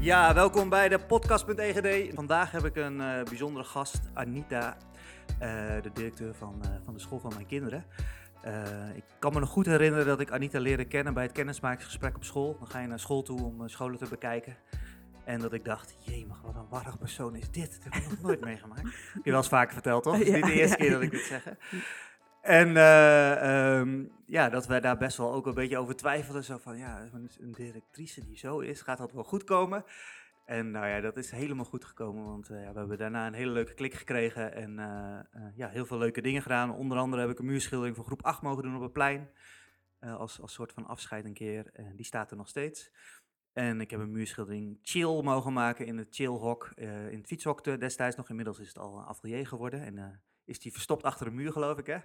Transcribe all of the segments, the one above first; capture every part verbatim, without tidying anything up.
Ja, welkom bij de podcast.egd. Vandaag heb ik een uh, bijzondere gast, Anita, uh, de directeur van, uh, van de school van mijn kinderen. Uh, ik kan me nog goed herinneren dat ik Anita leerde kennen bij het kennismakingsgesprek op school. Dan ga je naar school toe om uh, scholen te bekijken. En dat ik dacht, jemig, wat een warrig persoon is dit. Dat heb ik nog nooit meegemaakt. Heb je wel eens vaker verteld, toch? Het is niet de eerste ja, keer dat ik dit zeg. En uh, um, ja, dat wij daar best wel ook een beetje over twijfelden. Zo van, ja, een directrice die zo is, gaat dat wel goed komen? En nou ja, dat is helemaal goed gekomen, want uh, ja, we hebben daarna een hele leuke klik gekregen en uh, uh, ja, heel veel leuke dingen gedaan. Onder andere heb ik een muurschildering voor groep acht mogen doen op het plein, uh, als, als soort van afscheid een keer. En die staat er nog steeds. En ik heb een muurschildering chill mogen maken in het chillhok, uh, in het fietshok destijds nog. Inmiddels is het al een atelier geworden en uh, is die verstopt achter een muur, geloof ik, hè.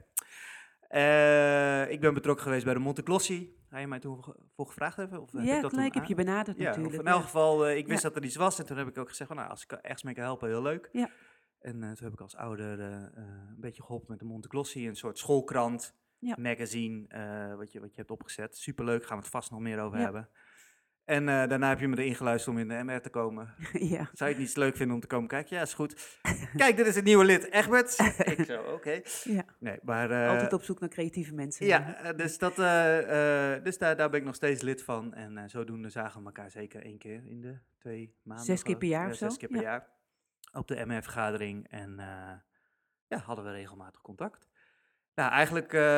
Uh, ik ben betrokken geweest bij de Monteglossi. Ga je mij toen voor gevraagd hebben? Of ja, heb ik dat gelijk toen heb je benaderd ja, natuurlijk. Of in elk ja. geval, uh, ik wist ja. dat er iets was. En toen heb ik ook gezegd, van, nou, als ik ergens mee kan helpen, heel leuk. Ja. En uh, toen heb ik als ouder uh, uh, een beetje geholpen met de Monteglossi. Een soort schoolkrant, ja. magazine, uh, wat, je, wat je hebt opgezet. Superleuk, gaan we het vast nog meer over ja. hebben. En uh, daarna heb je me erin geluisterd om in de M R te komen. Ja. Zou je het niet leuk vinden om te komen kijken? Ja, is goed. Kijk, dit is het nieuwe lid, Egbert. Ik zo, oké. Okay. Ja. Nee, maar uh, altijd op zoek naar creatieve mensen. Ja, uh, dus, dat, uh, uh, dus daar, daar ben ik nog steeds lid van. En uh, zodoende zagen we elkaar zeker één keer in de twee maanden. Zes keer per jaar ja, of zo? Zes keer per ja. jaar. Op de M R-vergadering. En uh, ja, hadden we regelmatig contact. Nou, eigenlijk uh,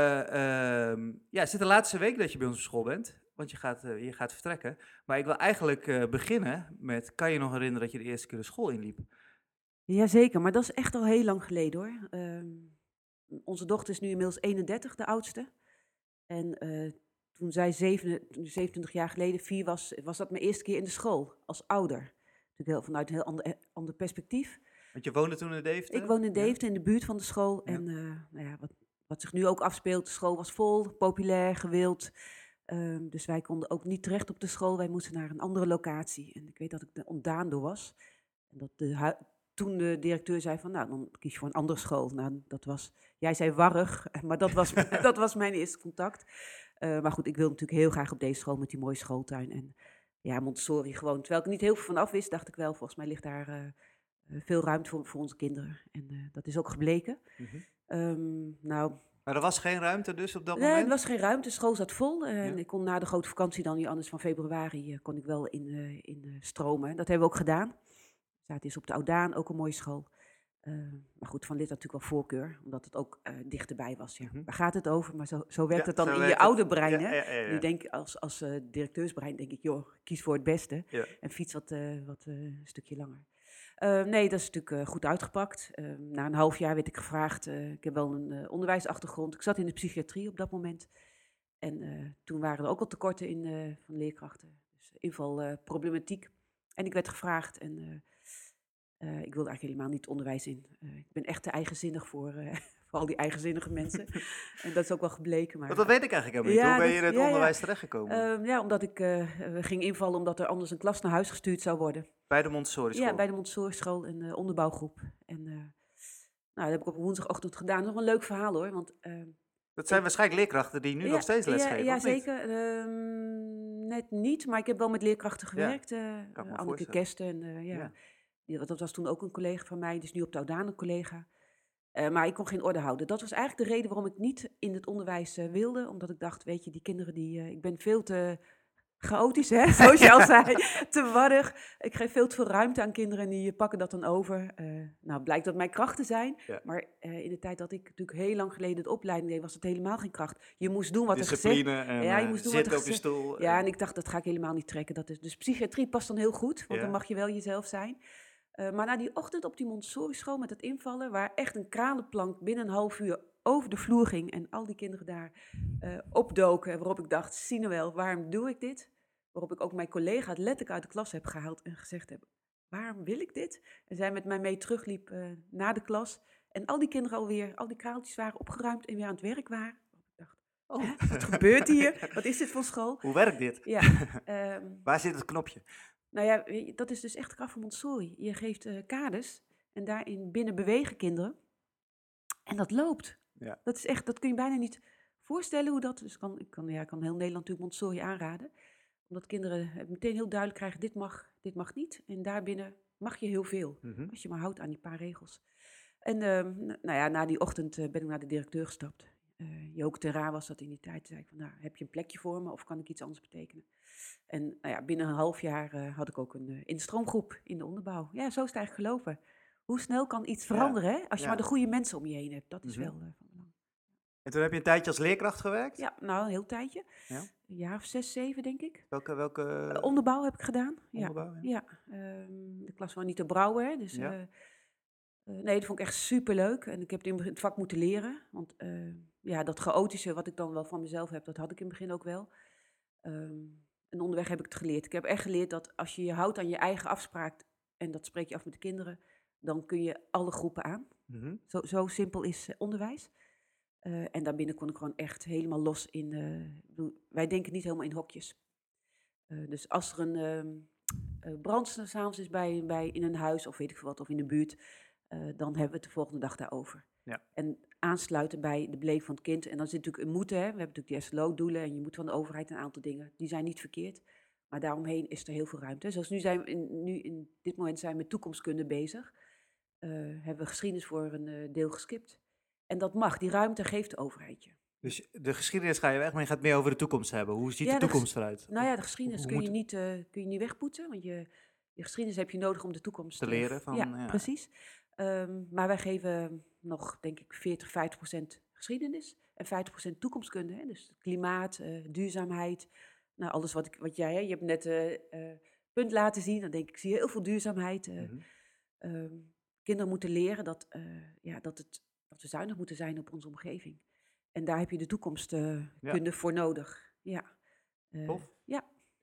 uh, ja, is het de laatste week dat je bij ons op school bent. Want je gaat, uh, je gaat vertrekken. Maar ik wil eigenlijk uh, beginnen met, kan je nog herinneren dat je de eerste keer de school inliep? Jazeker, maar dat is echt al heel lang geleden hoor. Uh, onze dochter is nu inmiddels eenendertig, de oudste. En uh, toen zij zeven, zevenentwintig jaar geleden vier was, was dat mijn eerste keer in de school als ouder. Natuurlijk heel, vanuit een heel ander, ander perspectief. Want je woonde toen in Deventer? Ik woonde in Deventer, ja. in de buurt van de school. Ja. En uh, nou ja, wat, wat zich nu ook afspeelt, de school was vol, populair, gewild. Um, dus wij konden ook niet terecht op de school. Wij moesten naar een andere locatie. En ik weet dat ik er ontdaan door was. En dat de hu- toen de directeur zei van, nou, dan kies je voor een andere school. Nou, dat was, jij zei warrig, maar dat was, dat was mijn eerste contact. Uh, maar goed, ik wilde natuurlijk heel graag op deze school met die mooie schooltuin. En ja, Montessori gewoon. Terwijl ik er niet heel veel van af wist, dacht ik wel, volgens mij ligt daar uh, veel ruimte voor, voor onze kinderen. En uh, dat is ook gebleken. Mm-hmm. Um, nou... Maar er was geen ruimte dus op dat nee, moment? Nee, er was geen ruimte. De school zat vol. Uh, ja. En ik kon na de grote vakantie dan, anders van februari, uh, kon ik wel in, uh, in uh, stromen. Dat hebben we ook gedaan. We zaten eens op de Oudaan, ook een mooie school. Uh, maar goed, Van Lith had natuurlijk wel voorkeur, omdat het ook uh, dichterbij was. Ja. Mm-hmm. Waar gaat het over? Maar zo, zo werkt ja, het dan in je het. oude brein. Ja, hè? ja, ja, ja. Nu denk ik als, als uh, directeursbrein, denk ik, joh, kies voor het beste. Ja. En fiets wat, uh, wat uh, een stukje langer. Uh, nee, dat is natuurlijk uh, goed uitgepakt. Uh, na een half jaar werd ik gevraagd. Uh, ik heb wel een uh, onderwijsachtergrond. Ik zat in de psychiatrie op dat moment. En uh, toen waren er ook al tekorten in, uh, van leerkrachten. Dus invalproblematiek. Uh, en ik werd gevraagd. En uh, uh, ik wilde eigenlijk helemaal niet onderwijs in. Uh, ik ben echt te eigenzinnig voor, uh, voor al die eigenzinnige mensen. En dat is ook wel gebleken. Maar Want dat weet ik eigenlijk helemaal niet. Ja, Hoe ben je in het ja, onderwijs ja. terechtgekomen? Uh, ja, omdat ik uh, ging invallen omdat er anders een klas naar huis gestuurd zou worden. Bij de Montessori school? Ja, bij de Montessori school, een uh, onderbouwgroep. En uh, nou, dat heb ik op woensdagochtend gedaan. Dat is nog een leuk verhaal hoor. Want, uh, dat zijn ik, waarschijnlijk leerkrachten die nu ja, nog steeds lesgeven, Ja, ja of zeker. Uh, net niet, maar ik heb wel met leerkrachten gewerkt. Ja, uh, uh, Anneke Kesten. En, uh, ja. Ja. Die, dat was toen ook een collega van mij. Die is nu op de Oudaan een collega. Uh, maar ik kon geen orde houden. Dat was eigenlijk de reden waarom ik niet in het onderwijs uh, wilde. Omdat ik dacht, weet je, die kinderen die... Uh, ik ben veel te... chaotisch, hè? Zoals je al zei, te warrig. Ik geef veel te veel ruimte aan kinderen en die pakken dat dan over. Uh, nou, blijkt dat mijn krachten zijn. Ja. Maar uh, in de tijd dat ik natuurlijk heel lang geleden de opleiding deed, was het helemaal geen kracht. Je moest doen wat Discipline er gezegd... en ja, je moest doen zitten wat er op je stoel. Ja, en ik dacht, dat ga ik helemaal niet trekken. Dat is, dus psychiatrie past dan heel goed, want ja. dan mag je wel jezelf zijn. Uh, maar na die ochtend op die Montessori school met het invallen, waar echt een kralenplank binnen een half uur over de vloer ging en al die kinderen daar uh, opdoken, waarop ik dacht, zie nou wel, waarom doe ik dit? Waarop ik ook mijn collega's letterlijk uit de klas heb gehaald en gezegd heb, waarom wil ik dit? En zij met mij mee terugliep uh, naar de klas. En al die kinderen alweer, al die kraaltjes waren opgeruimd en weer aan het werk waren. Ik dacht, oh, hè, wat gebeurt hier? Wat is dit voor school? Hoe werkt dit? Ja, um, Waar zit het knopje? Nou ja, dat is dus echt de kracht van Montessori. Je geeft uh, kaders en daarin binnen bewegen kinderen. En dat loopt. Ja. Dat is echt, dat kun je bijna niet voorstellen hoe dat... Dus kan, ik kan, ja, ik kan heel Nederland natuurlijk Montessori aanraden. Omdat kinderen eh, meteen heel duidelijk krijgen, dit mag, dit mag niet. En daarbinnen mag je heel veel, Mhm. als je maar houdt aan die paar regels. En ehm, n- nou ja, na die ochtend eh, ben ik naar de directeur gestapt. Eh Joke ten Raar was dat in die tijd. Zei ik van, nou, heb je een plekje voor me of kan ik iets anders betekenen? En nou ja, binnen een half jaar eh, had ik ook een uh, instroomgroep in de onderbouw. Ja, zo is het eigenlijk gelopen. Hoe snel kan iets Ja, veranderen, hè? Als je maar de ja. goede mensen om je heen hebt. Dat is Mhm. wel eh, van belang. En toen heb je een tijdje als leerkracht gewerkt? Ja, nou, een heel tijdje. Ja. Een jaar of zes, zeven, denk ik. Welke, Eh, welke onderbouw heb ik gedaan. Ja, onderbouw? Ja. ja. Ehm, de klas van Anita Brouwer. Dus Ja. eh, eh, nee, dat vond ik echt superleuk. En ik heb het in het vak moeten leren. Want eh, ja, dat chaotische wat ik dan wel van mezelf heb, dat had ik in het begin ook wel. Ehm, en onderweg heb ik het geleerd. Ik heb echt geleerd dat als je je houdt aan je eigen afspraak, en dat spreek je af met de kinderen, dan kun je alle groepen aan. Mhm. Zo, zo simpel is eh, onderwijs. Eh, en daarbinnen kon ik gewoon echt helemaal los in. eh, ik bedoel, wij denken niet helemaal in hokjes. Eh, dus als er een ehm, eh, brand s'avonds is bij, bij, in een huis of weet ik veel wat, of in de buurt, eh, dan hebben we het de volgende dag daarover. Ja. En aansluiten bij de beleving van het kind. En dan zit natuurlijk een moeten. Hè. We hebben natuurlijk die S L O-doelen en je moet van de overheid een aantal dingen. Die zijn niet verkeerd. Maar daaromheen is er heel veel ruimte. Zoals nu zijn we in, nu in dit moment zijn we met toekomstkunde bezig. Eh, hebben we geschiedenis voor een eh, deel geskipt. En dat mag. Die ruimte geeft de overheid je. Dus de geschiedenis ga je weg, maar je gaat meer over de toekomst hebben. Hoe ziet Ja, de de ges- toekomst eruit? Nou ja, de Hoe, geschiedenis hoe kun je, moet niet, eh, kun je niet wegpoetsen. Want je, je geschiedenis heb je nodig om de toekomst te te... leren van... Ja, Ja. precies. Ehm, maar wij geven nog, denk ik, veertig, vijftig procent geschiedenis. En vijftig procent toekomstkunde. Hè? Dus klimaat, eh, duurzaamheid. Nou, alles wat, ik, wat jij... Hè? Je hebt net eh eh, punt laten zien. Dan denk ik, zie je heel veel duurzaamheid. eh. Mhm. Ehm, kinderen moeten leren dat, eh, ja, dat, het, dat we zuinig moeten zijn op onze omgeving. En daar heb je de toekomstkunde Ja, voor nodig. Ja. Eh, tof. ja.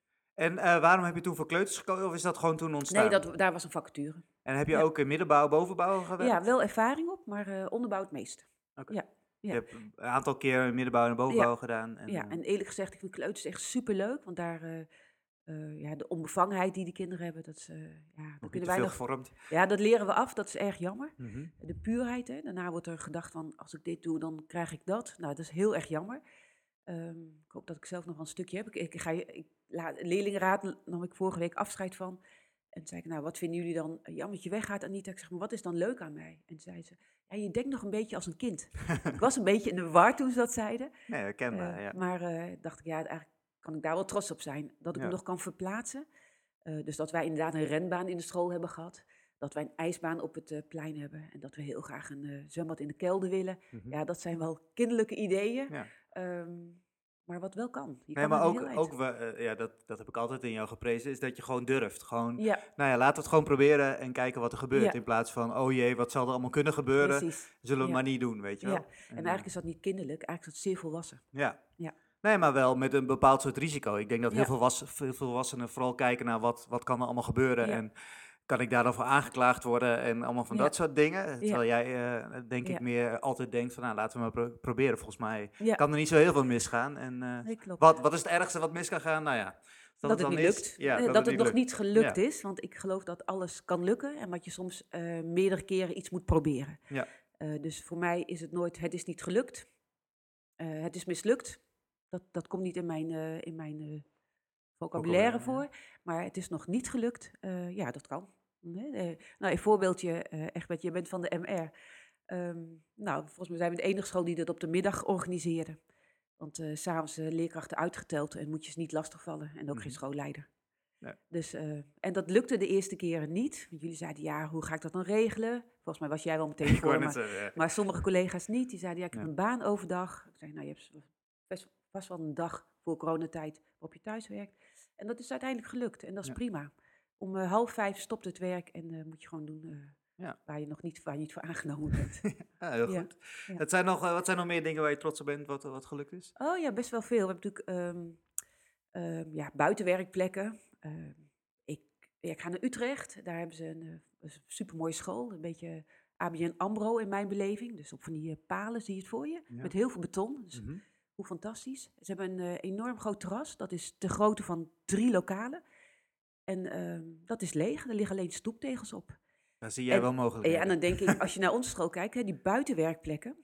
En eh, waarom heb je toen voor kleuters gekozen of is dat gewoon toen Nee, ontstaan? dat, daar was een vacature. En heb je Ja, ook in middenbouw, bovenbouw gewerkt? ja wel ervaring op, maar eh, onderbouw het meeste. Oké. Ja, Je ja, hebt een aantal keer in middenbouw en bovenbouw ja, gedaan. En, ja. eh, En eerlijk gezegd, ik vind kleuters echt superleuk. Want daar, eh, eh, ja, de onbevangenheid die die kinderen hebben, dat is, eh, ja, daar nog niet kunnen te wij veel nog... gevormd. Ja, dat leren we af, dat is erg jammer. Mhm. De puurheid, hè. Daarna wordt er gedacht van, als ik dit doe, dan krijg ik dat. Nou, dat is heel erg jammer. Ehm, ik hoop dat ik zelf nog wel een stukje heb. Ik, ik ga je, ik, la, leerlingenraad nam ik vorige week afscheid van. En toen zei ik, nou, wat vinden jullie dan jammer dat je weggaat, Anita? Ik zeg, maar wat is dan leuk aan mij? En toen zei ze, ja, je denkt nog een beetje als een kind. Ik was een beetje in de war toen ze dat zeiden. Nee, herkenbaar, Eh, ja. maar eh, dacht ik, ja, eigenlijk kan ik daar wel trots op zijn. Dat ik me Ja. nog kan verplaatsen. Eh, dus dat wij inderdaad een renbaan in de school hebben gehad. Dat wij een ijsbaan op het eh, plein hebben. En dat we heel graag een eh, zwembad in de kelder willen. Mhm. Ja, dat zijn wel kinderlijke ideeën. Ja. Ehm, maar wat wel kan. Je Nee, kan maar een ook, heel eind. ook we, eh, ja, dat, dat heb ik altijd in jou geprezen, is dat je gewoon durft. Gewoon, Ja, nou ja, laten we het gewoon proberen en kijken wat er gebeurt. ja, In plaats van, oh jee, wat zal er allemaal kunnen gebeuren? precies. Zullen we het Ja, maar niet doen, weet je ja. wel? En En, eh, eigenlijk is dat niet kinderlijk. Eigenlijk is dat zeer volwassen. ja. Ja, Nee, maar wel met een bepaald soort risico. Ik denk dat heel ja, veel, was, veel volwassenen vooral kijken naar wat, wat kan er allemaal gebeuren. ja, En kan ik daar dan voor aangeklaagd worden en allemaal van ja, dat soort dingen. Terwijl ja, jij, eh, denk ik, ja, meer altijd denkt van, nou, laten we maar pro- proberen. Volgens mij ja. kan er niet zo heel veel misgaan. En eh, Nee, klopt. wat, wat is het ergste wat mis kan gaan? Nou ja, dat Dat het het dan niet is, lukt. ja, Eh, dat Dat het het niet nog lukt. niet gelukt Ja, is. Want ik geloof dat alles kan lukken. En dat je soms eh, meerdere keren iets moet proberen. ja, Eh, dus voor mij is het nooit, het is niet gelukt. Eh, het is mislukt. Dat, dat komt niet in mijn, eh, in mijn eh, vocabulaire vocabulaire, ja. voor. Maar het is nog niet gelukt. Eh, ja, dat kan. Nee, eh, nou, een voorbeeldje, eh Egbert, je bent van de M R. Ehm, nou, volgens mij zijn we de enige school die dat op de middag organiseerde. Want eh, 's s'avonds uh, leerkrachten uitgeteld en moet je ze niet lastigvallen. En ook geen Mhm. schoolleider. Ja. Dus, eh, en dat lukte de eerste keren niet. Want jullie zeiden, ja, hoe ga ik dat dan regelen? Volgens mij was jij wel meteen Ik wou voor, net maar, zeggen, ja. maar sommige collega's niet. Die zeiden, ja, ik heb Ja. een baan overdag. Ik zei, nou, je hebt best, vast wel een dag voor coronatijd waarop je thuis werkt. En dat is uiteindelijk gelukt en dat is Ja. prima. Om eh, half vijf stopt het werk en eh, moet je gewoon doen eh, Ja. waar je nog niet, waar je niet voor aangenomen bent. Ja, heel Ja, goed. ja. Het zijn nog, eh, wat zijn nog meer dingen waar je trots op bent, wat, wat gelukt is? Oh ja, best wel veel. We hebben natuurlijk ehm, ehm, ja, buitenwerkplekken. Ehm, ik, ja, ik ga naar Utrecht. Daar hebben ze een, eh, een supermooie school. Een beetje A B N AMRO in mijn beleving. Dus op van die eh, palen zie je het voor je. Ja. Met heel veel beton. Dus Mhm. hoe fantastisch. Ze hebben een eh, enorm groot terras. Dat is de grootte van drie lokalen. En ehm, dat is leeg. Er liggen alleen stoeptegels op. Daar zie jij En, wel en ja, en mogelijkheden. dan denk ik, als je naar onze school kijkt, hè, die buitenwerkplekken.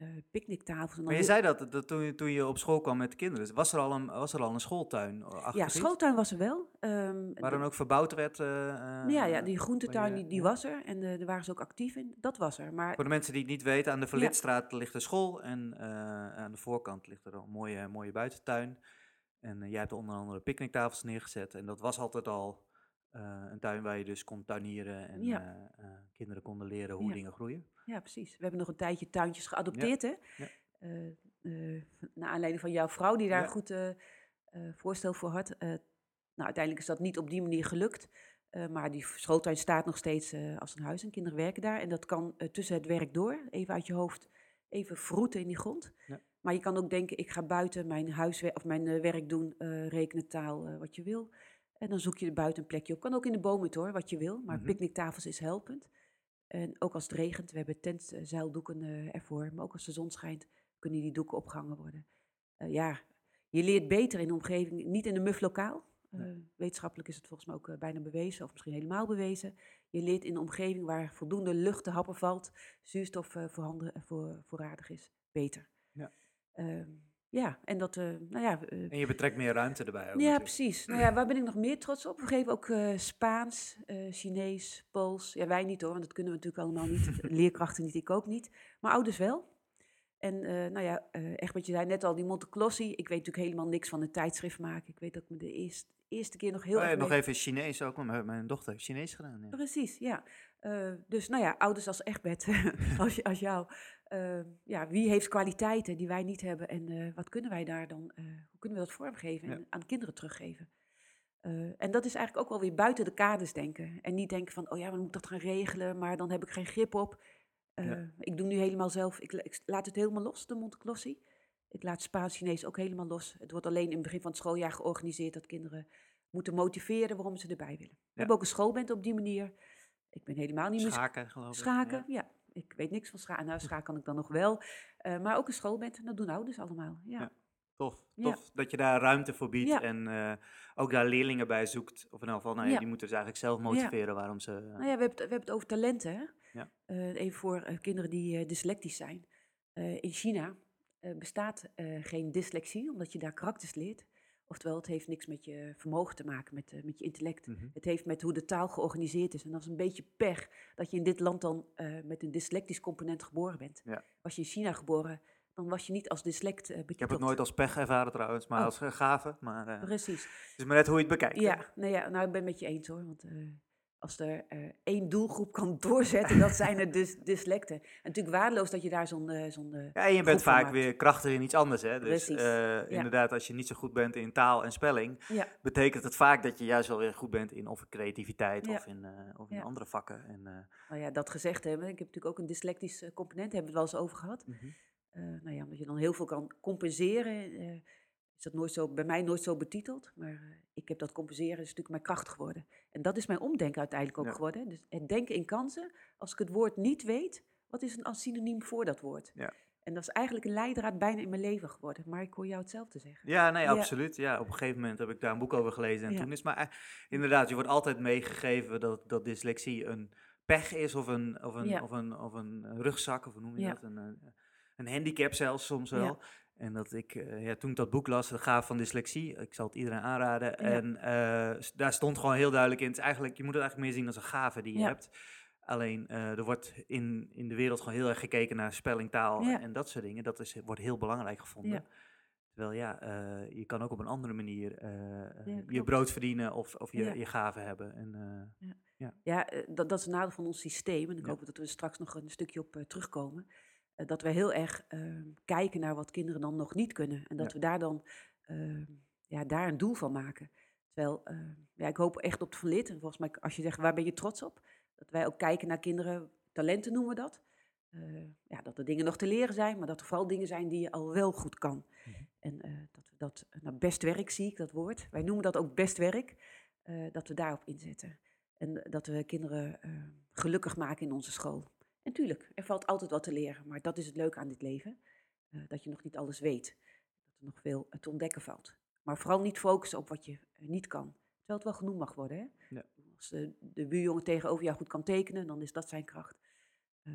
uh, picknicktafels. En dan Maar je heel... zei dat, dat toen, je, toen je op school kwam met de kinderen, was er al een, was er al een schooltuin achter Ja, schooltuin was er wel. Um, Waar dan ook verbouwd werd? Uh, ja, ja, die groentetuin je, die, die ja. was er en uh, daar waren ze ook actief in. Dat was er. Maar... Voor de mensen die het niet weten, aan de Verlitstraat ja. ligt de school en uh, aan de voorkant ligt er een mooie, mooie buitentuin. En uh, jij hebt onder andere picknicktafels neergezet en dat was altijd al uh, een tuin waar je dus kon tuinieren en ja. uh, uh, kinderen konden leren hoe ja. dingen groeien. Ja, precies. We hebben nog een tijdje tuintjes geadopteerd, ja. hè? Ja. Uh, uh, naar aanleiding van jouw vrouw die daar ja. een goed uh, uh, voorstel voor had. Uh, nou, uiteindelijk is dat niet op die manier gelukt. Uh, maar die schooltuin staat nog steeds uh, als een huis en kinderen werken daar. En dat kan uh, tussen het werk door, even uit je hoofd, even vroeten in die grond. Ja. Maar je kan ook denken, ik ga buiten mijn, huiswerk, of mijn uh, werk doen, uh, rekenen, taal, uh, wat je wil. En dan zoek je er buiten een plekje op. Kan ook in de boom hoor, wat je wil. Maar mm-hmm. picknicktafels is helpend. En ook als het regent, we hebben tentzeildoeken uh, ervoor. Maar ook als de zon schijnt, kunnen die doeken opgehangen worden. Uh, ja, je leert beter in de omgeving, niet in een muf lokaal. Uh, wetenschappelijk is het volgens mij ook uh, bijna bewezen, of misschien helemaal bewezen. Je leert in een omgeving waar voldoende lucht te happen valt, zuurstof uh, voorhanden, uh, voor, voorradig is, beter. Ja. Uh, ja, en dat, uh, nou ja... Uh, en je betrekt meer ruimte erbij ook. Ja, natuurlijk. precies. Nou ja, waar ben ik nog meer trots op? We geven ook uh, Spaans, uh, Chinees, Pools. Ja, wij niet hoor, want dat kunnen we natuurlijk allemaal niet. Leerkrachten niet, ik ook niet. Maar ouders wel. En uh, nou ja, uh, echt wat je zei net al, die Monte Clossi. Ik weet natuurlijk helemaal niks van een tijdschrift maken. Ik weet dat ik me de eerste, eerste keer nog heel oh, ja, erg... Nog mee... even Chinees ook, want mijn dochter heeft Chinees gedaan. Ja. Precies, ja. Uh, dus nou ja, ouders als Egbert, als, als jou. Uh, ja, wie heeft kwaliteiten die wij niet hebben en uh, wat kunnen wij daar dan, uh, hoe kunnen we dat vormgeven en ja. aan kinderen teruggeven? Uh, en dat is eigenlijk ook wel weer buiten de kaders denken. En niet denken van, oh ja, dan moet ik dat gaan regelen, maar dan heb ik geen grip op. Uh, ja. Ik doe nu helemaal zelf, ik, ik laat het helemaal los, de Monte Clossi. Ik laat Spaans-Chinees ook helemaal los. Het wordt alleen in het begin van het schooljaar georganiseerd dat kinderen moeten motiveren waarom ze erbij willen. Ja. We hebben ook een schoolband op die manier. Ik ben helemaal niet... Schaken, geloof ik. Schaken, ja. ja. Ik weet niks van schaken. Nou, schaken kan ik dan nog wel. Uh, maar ook een schoolband, en dat doen ouders allemaal. Ja. Ja. Tof, tof ja. dat je daar ruimte voor biedt ja. en uh, ook daar leerlingen bij zoekt. Of in ieder geval, nou ja, ja. die moeten dus eigenlijk zelf motiveren ja. waarom ze... Uh... Nou ja, we hebben, het, we hebben het over talenten, hè. Ja. Uh, even voor uh, kinderen die uh, dyslectisch zijn. Uh, in China uh, bestaat uh, geen dyslexie, omdat je daar karakters leert. Oftewel, het heeft niks met je vermogen te maken, met, uh, met je intellect. Mm-hmm. Het heeft met hoe de taal georganiseerd is. En dat is een beetje pech dat je in dit land dan uh, met een dyslectisch component geboren bent. Ja. Was je in China geboren, dan was je niet als dyslect uh, betiteld. Ik heb het nooit als pech ervaren trouwens, maar oh. als uh, gave. Maar, uh, Precies. Het is maar net hoe je het bekijkt. Ja, nou ja, nou, ik ben het met je eens hoor. Want uh, als er uh, één doelgroep kan doorzetten, dat zijn er dus dyslecten. En natuurlijk waardeloos dat je daar zo'n... Uh, zo'n uh, ja, en je bent vaak weer krachtig in iets anders. Hè? Dus Precies. Uh, ja. inderdaad, als je niet zo goed bent in taal en spelling, ja. betekent het vaak dat je juist wel weer goed bent in of creativiteit ja. of in, uh, of in ja. andere vakken. En, uh, nou ja, dat gezegd hebben, ik heb natuurlijk ook een dyslectisch component, hebben we het wel eens over gehad. Mm-hmm. Uh, nou ja, omdat je dan heel veel kan compenseren, uh, is dat nooit zo, bij mij nooit zo betiteld. Maar uh, ik heb dat compenseren, is natuurlijk mijn kracht geworden. En dat is mijn omdenken uiteindelijk ook ja. geworden. Dus het denken in kansen, als ik het woord niet weet, wat is een synoniem voor dat woord? Ja. En dat is eigenlijk een leidraad bijna in mijn leven geworden. Maar ik hoor jou hetzelfde zeggen. Ja, nee, ja. absoluut. Ja, op een gegeven moment heb ik daar een boek over gelezen. En ja. toen is maar uh, inderdaad, je wordt altijd meegegeven dat, dat dyslexie een pech is of een, of een, ja. of een, of een rugzak, of hoe noem je ja. dat? Een, een, een handicap zelfs soms wel. Ja. En dat ik, uh, ja, toen ik dat boek las, de gaaf van dyslexie, ik zal het iedereen aanraden. Ja. En uh, daar stond gewoon heel duidelijk in, het is eigenlijk, je moet het eigenlijk meer zien als een gave die je ja. hebt. Alleen, uh, er wordt in, in de wereld gewoon heel erg gekeken naar spelling, taal ja. en, en dat soort dingen. Dat is, wordt heel belangrijk gevonden. Ja. Terwijl ja, uh, je kan ook op een andere manier uh, ja, je brood verdienen of, of je, ja. je gaven hebben. En, uh, ja, ja. ja uh, dat, dat is een nadeel van ons systeem. En ik ja. hoop dat we er straks nog een stukje op uh, terugkomen. Uh, dat we heel erg uh, kijken naar wat kinderen dan nog niet kunnen. En dat ja. we daar dan uh, ja, daar een doel van maken. Terwijl, uh, ja, ik hoop echt op de Van Lith. En volgens mij, als je zegt, waar ben je trots op? Dat wij ook kijken naar kinderen, talenten noemen we dat. Uh, ja, dat er dingen nog te leren zijn, maar dat er vooral dingen zijn die je al wel goed kan. Mm-hmm. En uh, dat we dat, nou best werk zie ik, dat woord. Wij noemen dat ook best werk, uh, dat we daarop inzetten. En uh, dat we kinderen uh, gelukkig maken in onze school. En tuurlijk, er valt altijd wat te leren, maar dat is het leuke aan dit leven. Uh, dat je nog niet alles weet, dat er nog veel uh, te ontdekken valt. Maar vooral niet focussen op wat je uh, niet kan. Terwijl het wel genoemd mag worden, hè? Ja. Als uh, de buurjongen tegenover jou goed kan tekenen, dan is dat zijn kracht. Uh,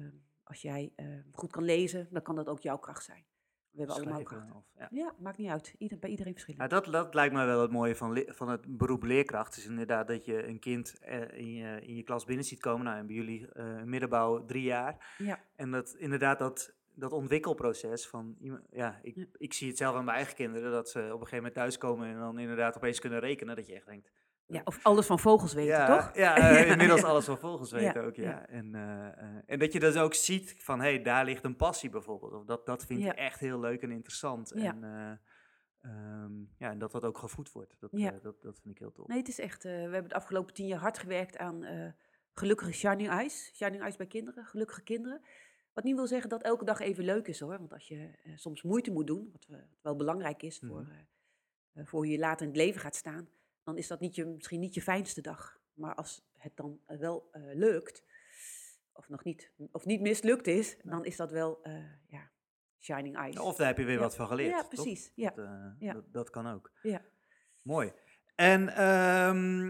als jij eh, goed kan lezen, dan kan dat ook jouw kracht zijn. We hebben allemaal Schrijven krachten. of, ja. Ja, maakt niet uit. Ieder, bij iedereen Ja, verschillend. dat, dat lijkt mij wel het mooie van, le- van het beroep leerkracht. Is inderdaad dat je een kind eh, in, je, in je klas binnen ziet komen. Nou, en bij jullie eh, middenbouw drie jaar. Ja, En dat inderdaad dat, dat ontwikkelproces van... iemand- Ja, ik, ja. ik zie het zelf aan mijn eigen kinderen. Dat ze op een gegeven moment thuiskomen en dan inderdaad opeens kunnen rekenen. Dat je echt denkt... Ja, of alles van vogels weten, Ja, toch? ja, eh, inmiddels ja. alles van volgens weten Ja, ook, ja, ja. En, eh, eh, en dat je dus ook ziet van, hé, hey, daar ligt een passie bijvoorbeeld. Of dat, dat vind ik ja, echt heel leuk en interessant. ja, En, eh, ehm, ja, en dat dat ook gevoed wordt. Dat, ja. eh, dat, dat vind ik heel tof. Nee, het is echt... eh, we hebben de afgelopen tien jaar hard gewerkt aan eh, gelukkige Shining Eyes. Shining Eyes bij kinderen, gelukkige kinderen. Wat niet wil zeggen dat elke dag even leuk is, hoor. Want als je eh, soms moeite moet doen, wat, eh, wat wel belangrijk is voor, Mhm. eh, eh, voor hoe je later in het leven gaat staan, dan is dat niet je, misschien niet je fijnste dag. Maar als het dan eh, wel eh, lukt, of nog niet, of niet mislukt is, Ja. dan is dat wel eh, ja, Shining Eyes. Of daar heb je weer Ja, wat van geleerd, ja, toch? precies. Ja, Dat, eh, ja, dat, dat kan ook. ja. Mooi. En ehm,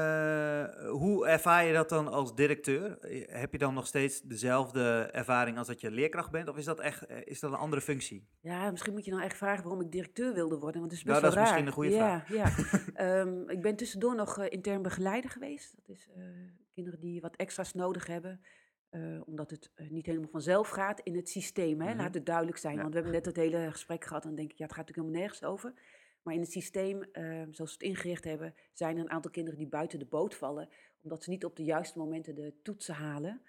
eh, hoe ervaar je dat dan als directeur? Eh, Heb je dan nog steeds dezelfde ervaring als dat je leerkracht bent? Of is dat echt eh, is dat een andere functie? Ja, misschien moet je nou echt vragen waarom ik directeur wilde worden, want het is Nou, best dat wel is raar. misschien een goede Ja, vraag. ja. Ehm, ik ben tussendoor nog eh, intern begeleider geweest. Dat is eh, kinderen die wat extra's nodig hebben, eh, omdat het eh, niet helemaal vanzelf gaat in het systeem. Hè? Mhm. Laat het duidelijk zijn, Ja. want we hebben net het hele gesprek gehad en dan denk ik, ja, het gaat natuurlijk helemaal nergens over. Maar in het systeem, eh, zoals we het ingericht hebben, zijn er een aantal kinderen die buiten de boot vallen, omdat ze niet op de juiste momenten de toetsen halen.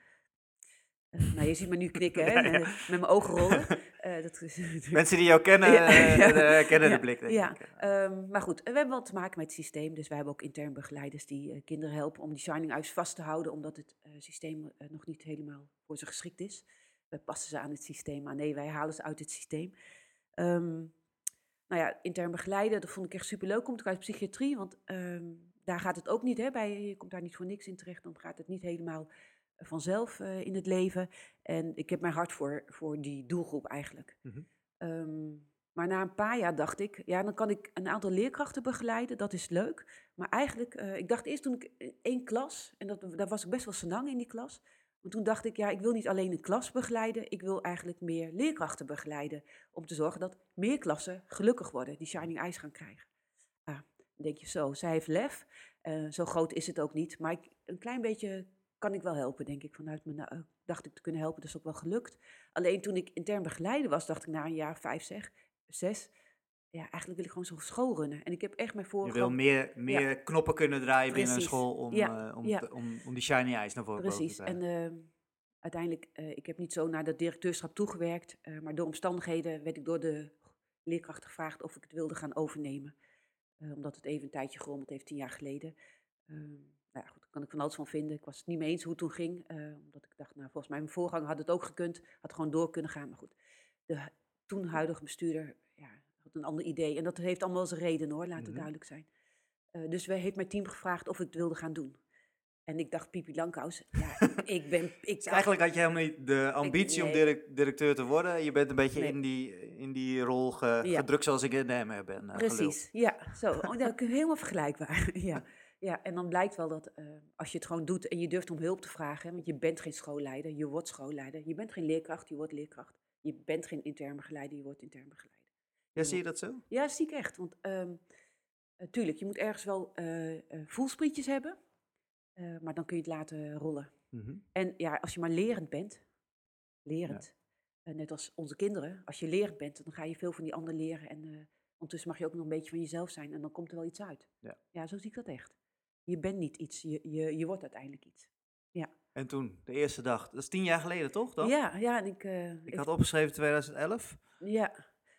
Eh, nou, je ziet me nu knikken, hè, Ja, met, ja. met mijn ogen rollen. Eh, dat is natuurlijk... Mensen die jou kennen, Ja, eh, ja, eh, kennen de ja, blik, denk ja. ik. Ehm, maar goed, we hebben wel te maken met het systeem. Dus wij hebben ook intern begeleiders die eh, kinderen helpen om die Shining Eyes vast te houden, omdat het eh, systeem eh, nog niet helemaal voor ze geschikt is. We passen ze aan het systeem aan. Nee, wij halen ze uit het systeem. Ehm, nou ja, intern begeleiden, dat vond ik echt superleuk. Komt ook uit psychiatrie, want ehm, daar gaat het ook niet, hè, bij, je komt daar niet voor niks in terecht. Dan gaat het niet helemaal eh, vanzelf eh, in het leven. En ik heb mijn hart voor, voor die doelgroep eigenlijk. Mhm. Ehm, maar na een paar jaar dacht ik, ja, dan kan ik een aantal leerkrachten begeleiden, dat is leuk. Maar eigenlijk, eh, ik dacht eerst toen ik in één klas, en dat, daar was ik best wel senang in die klas. Maar toen dacht ik, ja, ik wil niet alleen een klas begeleiden, ik wil eigenlijk meer leerkrachten begeleiden. Om te zorgen dat meer klassen gelukkig worden, die Shining Eyes gaan krijgen. Ah, dan denk je zo, zij heeft lef. Eh, zo groot is het ook niet, maar ik, een klein beetje kan ik wel helpen, denk ik. Vanuit mijn, uh, dacht ik te kunnen helpen, dat is ook wel gelukt. Alleen toen ik intern begeleider was, dacht ik na een jaar, vijf, zeg, zes, ja, eigenlijk wil ik gewoon zo'n school runnen. En ik heb echt mijn Je wil voorgenomen. meer, Ja, meer knoppen kunnen draaien binnen een precies. school om, Ja, eh, om, ja, te- om, om die shiny eyes naar voren boven te precies. En krijgen. eh, uiteindelijk, eh, ik heb niet zo naar dat directeurschap toegewerkt, eh, maar door omstandigheden werd ik door de leerkracht gevraagd of ik het wilde gaan overnemen. Eh, omdat het even een tijdje gerommeld heeft, tien jaar geleden. Ehm, nou ja, goed, daar kan ik van alles van vinden. Ik was het niet mee eens hoe het toen ging. eh, omdat ik dacht, nou, volgens mij mijn voorganger had het ook gekund. Had gewoon door kunnen gaan. Maar goed, de hu- toen huidige bestuurder ja, had een ander idee. En dat heeft allemaal zijn reden hoor, laat het Mhm. duidelijk zijn. Eh, dus we heeft mijn team gevraagd of ik het wilde gaan doen. En ik dacht, Pipi Langkous, ja, ik ben... Ik Dus kan, eigenlijk had je helemaal niet de ik, ambitie om nee, direct- directeur te worden. Je bent een beetje nee. in die, in die rol ge- Ja. gedrukt zoals ik in de M R ben eh, geluld. Precies, ja, zo. Oh, dat is helemaal vergelijkbaar. ja. Ja, en dan blijkt wel dat eh, als je het gewoon doet en je durft om hulp te vragen, hè, want je bent geen schoolleider, je wordt schoolleider. Je bent geen leerkracht, je wordt leerkracht. Je bent geen intern begeleider, je wordt intern begeleider. Ja, Je zie je wordt- dat zo? Ja, zie ik echt. Want ehm eh, tuurlijk, je moet ergens wel eh eh, voelsprietjes hebben, eh, maar dan kun je het laten rollen. Mhm. En ja, als je maar lerend bent, Ja. lerend, eh, net als onze kinderen, als je lerend bent, dan ga je veel van die ander leren en eh, ondertussen mag je ook nog een beetje van jezelf zijn en dan komt er wel iets uit. Ja. Ja, zo zie ik dat echt. Je bent niet iets, je, je, je wordt uiteindelijk iets. Ja, En toen, de eerste dag. Dat is tien jaar geleden, toch? Dan? ja, ja, en ik... eh, Ik ik- had opgeschreven tweeduizend elf. ja.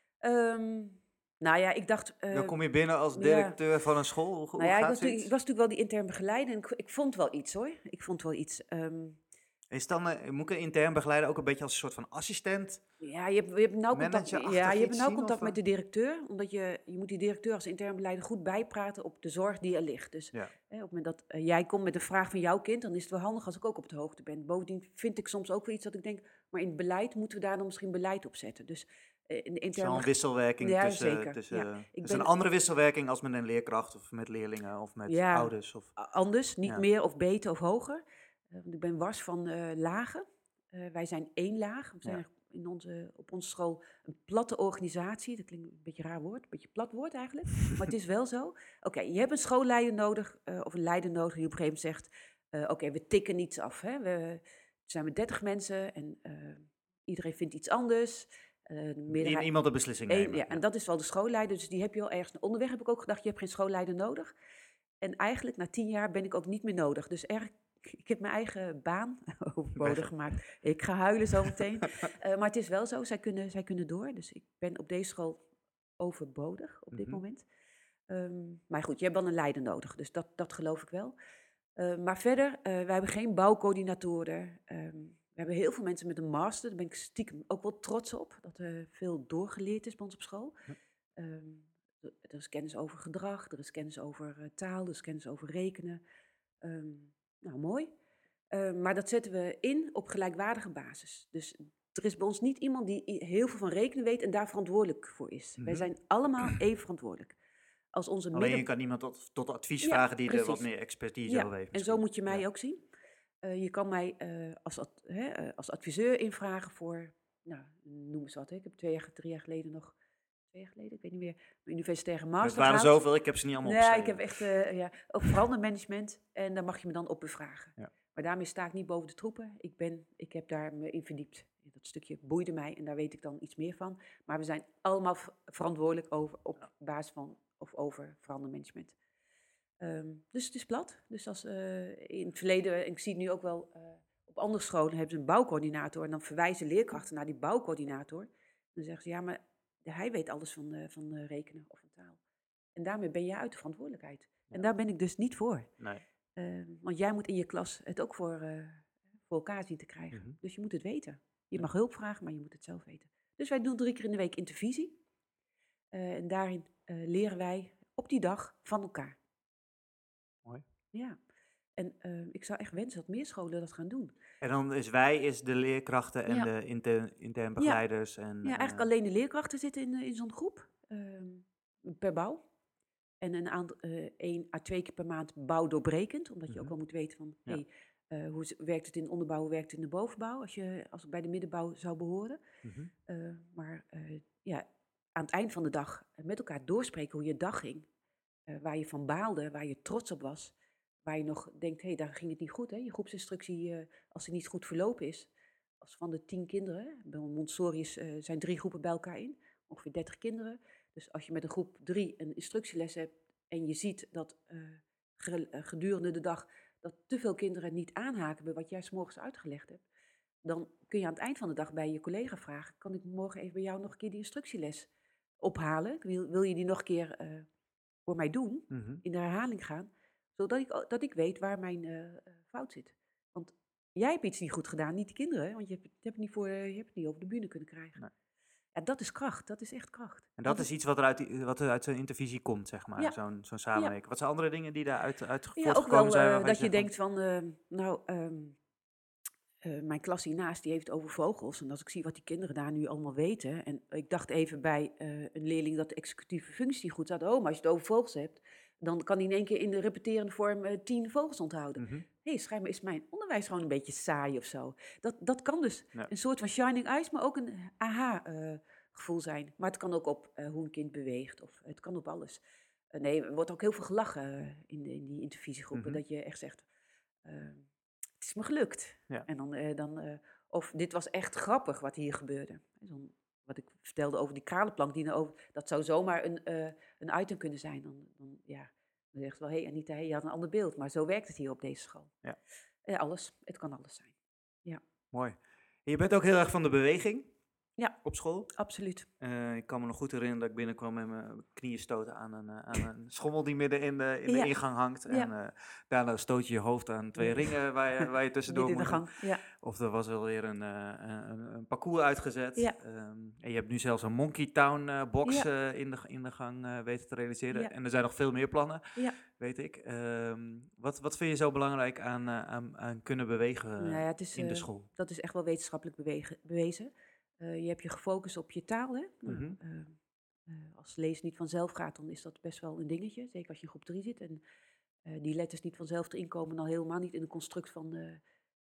Ehm, nou ja, ik dacht... Dan eh, kom je binnen als ja. directeur van een school. Hoe, hoe Nou ja, ik gaat was, natuurlijk, zoiets? ik was natuurlijk wel die intern begeleider en ik, ik vond wel iets hoor. Ik vond wel iets. ehm, Is dan, eh, moet ik een intern begeleider ook een beetje als een soort van assistent? ja, je hebt, je hebt nauw contact, Managerachtig ja, je hebt iets nauw zien, contact of, met de directeur. Omdat je, je moet die directeur als intern begeleider goed bijpraten op de zorg die er ligt. Dus Ja. hè, op het moment dat eh, jij komt met een vraag van jouw kind, dan is het wel handig als ik ook op de hoogte ben. Bovendien vind ik soms ook wel iets dat ik denk, maar in het beleid moeten we daar dan misschien beleid op zetten. Dus eh, in de Het is interne wel een wisselwerking Ja, tussen... zeker. tussen Ja. Ik het is ben- een andere wisselwerking als met een leerkracht of met leerlingen of met Ja. ouders. Of, A- anders, niet Ja. meer of beter of hoger. Eh, want ik ben wars van eh, lagen. Uh, wij zijn één laag. We zijn Ja. in onze, op onze school een platte organisatie. Dat klinkt een beetje een raar woord, een beetje plat woord eigenlijk. Maar het is wel zo. Oké, okay, je hebt een schoolleider nodig, uh, of een leider nodig die op een gegeven moment zegt... Uh, Oké, okay, we tikken niets af. Hè? We zijn met dertig mensen en uh, iedereen vindt iets anders. Uh, meerderheid... Iemand de beslissing nemen. Een, ja, ja, en dat is wel de schoolleider. Dus die heb je al ergens... Onderweg heb ik ook gedacht, je hebt geen schoolleider nodig. En eigenlijk na tien jaar ben ik ook niet meer nodig. Dus erg, ik heb mijn eigen baan overbodig gemaakt. Ik ga huilen zo meteen. uh, maar het is wel zo, zij kunnen, zij kunnen door. Dus ik ben op deze school overbodig op dit mm-hmm. moment. Um, maar goed, je hebt wel een leider nodig. Dus dat, dat geloof ik wel. Uh, maar verder, uh, wij hebben geen bouwcoördinatoren. Um, we hebben heel veel mensen met een master. Daar ben ik stiekem ook wel trots op. Dat er veel doorgeleerd is bij ons op school. Um, er is kennis over gedrag, er is kennis over uh, taal, er is kennis over rekenen. Um, nou, mooi. Uh, maar dat zetten we in op gelijkwaardige basis. Dus er is bij ons niet iemand die heel veel van rekenen weet en daar verantwoordelijk voor is. Mm-hmm. Wij zijn allemaal even verantwoordelijk. Als onze Alleen midden... je kan iemand tot, tot advies ja, vragen die precies. er wat meer expertise ja, over heeft. Misschien. En zo moet je mij ja. ook zien. Uh, je kan mij uh, als, ad, hè, uh, als adviseur invragen voor, nou, noem eens wat. Hè. Ik heb twee jaar, drie jaar geleden nog... Twee jaar geleden, ik weet niet meer, mijn universitaire master Het waren gehaald. zoveel, ik heb ze niet allemaal nee, opgeschreven. Ik heb echt, uh, ja, over verandermanagement en daar mag je me dan op bevragen. Ja. Maar daarmee sta ik niet boven de troepen. Ik, ben, ik heb daar me in verdiept. Dat stukje boeide mij en daar weet ik dan iets meer van. Maar we zijn allemaal verantwoordelijk over, op basis van of over verandermanagement. Um, dus het is plat. Dus als uh, in het verleden, en ik zie het nu ook wel uh, op andere scholen, hebben ze een bouwcoördinator en dan verwijzen leerkrachten naar die bouwcoördinator. Dan zeggen ze, ja, maar hij weet alles van, uh, van uh, rekenen of van taal. En daarmee ben jij uit de verantwoordelijkheid. Ja. En daar ben ik dus niet voor. Nee. Uh, want jij moet in je klas het ook voor, uh, voor elkaar zien te krijgen. Mm-hmm. Dus je moet het weten. Je mag hulp vragen, maar je moet het zelf weten. Dus wij doen drie keer in de week intervisie. Uh, en daarin uh, leren wij op die dag van elkaar. Mooi. Ja. En uh, ik zou echt wensen dat meer scholen dat gaan doen. En dan is wij, is de leerkrachten en ja. de intern, intern begeleiders. Ja, en, ja eigenlijk uh, alleen de leerkrachten zitten in, in zo'n groep, uh, per bouw. En een aantal, uh, één à twee keer per maand bouwdoorbrekend, omdat je mm-hmm. ook wel moet weten van, ja. hey, uh, hoe werkt het in de onderbouw, hoe werkt het in de bovenbouw, als je als het bij de middenbouw zou behoren. Mm-hmm. Uh, maar uh, ja, aan het eind van de dag met elkaar doorspreken hoe je dag ging, uh, waar je van baalde, waar je trots op was. Waar je nog denkt, hé, hey, daar ging het niet goed. Hè? Je groepsinstructie, uh, als het niet goed verlopen is. Als van de tien kinderen, bij Montessori is, uh, zijn drie groepen bij elkaar in. Ongeveer dertig kinderen. Dus als je met een groep drie een instructieles hebt en je ziet dat uh, gedurende de dag dat te veel kinderen niet aanhaken bij wat jij 's morgens uitgelegd hebt. Dan kun je aan het eind van de dag bij je collega vragen, kan ik morgen even bij jou nog een keer die instructieles ophalen? Wil, wil je die nog een keer uh, voor mij doen, mm-hmm. in de herhaling gaan? Zodat ik, dat ik weet waar mijn uh, fout zit. Want jij hebt iets niet goed gedaan, niet de kinderen. Want je hebt, je hebt, het, niet voor, uh, je hebt het niet over de bühne kunnen krijgen. Nee. Ja, dat is kracht. Dat is echt kracht. En dat, dat is iets wat er uit, die, wat er uit zo'n intervisie komt, zeg maar. Ja. Zo'n, zo'n samenwerking. Ja. Wat zijn andere dingen die daaruit uit ja, voortgekomen zijn? Ja, ook wel uh, dat je, je denkt van, uh, nou, um, uh, mijn klas hiernaast, die heeft het over vogels. En als ik zie wat die kinderen daar nu allemaal weten. En ik dacht even bij uh, een leerling dat de executieve functie goed zat. Oh, maar als je het over vogels hebt, dan kan hij in één keer in de repeterende vorm uh, tien vogels onthouden. Hé, mm-hmm. hey, schijnbaar is mijn onderwijs gewoon een beetje saai of zo. Dat, dat kan dus ja. een soort van shining eyes, maar ook een aha-gevoel uh, zijn. Maar het kan ook op uh, hoe een kind beweegt, of het kan op alles. Uh, nee, er wordt ook heel veel gelachen uh, in, de, in die intervisiegroepen, mm-hmm. dat je echt zegt, uh, het is me gelukt. Ja. En dan, uh, dan uh, of dit was echt grappig wat hier gebeurde. Zo'n, wat ik vertelde over die kralenplank, die over, dat zou zomaar een, uh, een item kunnen zijn. Dan, dan, ja, dan zegt ze wel, hé hey Anita, je had een ander beeld, maar zo werkt het hier op deze school. Ja. Uh, alles, het kan alles zijn. Ja. Mooi. En je bent ook heel erg van de beweging. Ja, op school. Absoluut. Uh, ik kan me nog goed herinneren dat ik binnenkwam met mijn knieën stoten aan een, uh, aan een schommel die midden in de, in de ja. ingang hangt. En ja. uh, daarna stoot je je hoofd aan twee ja. ringen waar je, waar je tussendoor moet. Gang. Ja. Of er was alweer een, uh, een, een parcours uitgezet. Ja. Um, en je hebt nu zelfs een Monkey Town uh, box ja. uh, in, de, in de gang uh, weten te realiseren. Ja. En er zijn nog veel meer plannen, ja. weet ik. Um, wat, wat vind je zo belangrijk aan, uh, aan, aan kunnen bewegen uh, nou ja, het is, in de school? Uh, dat is echt wel wetenschappelijk bewegen, bewezen. Uh, je hebt je gefocust op je taal. Hè? Mm-hmm. Uh, uh, als lezen niet vanzelf gaat, dan is dat best wel een dingetje. Zeker als je in groep drie zit en uh, die letters niet vanzelf erin komen, dan helemaal niet in een construct van uh,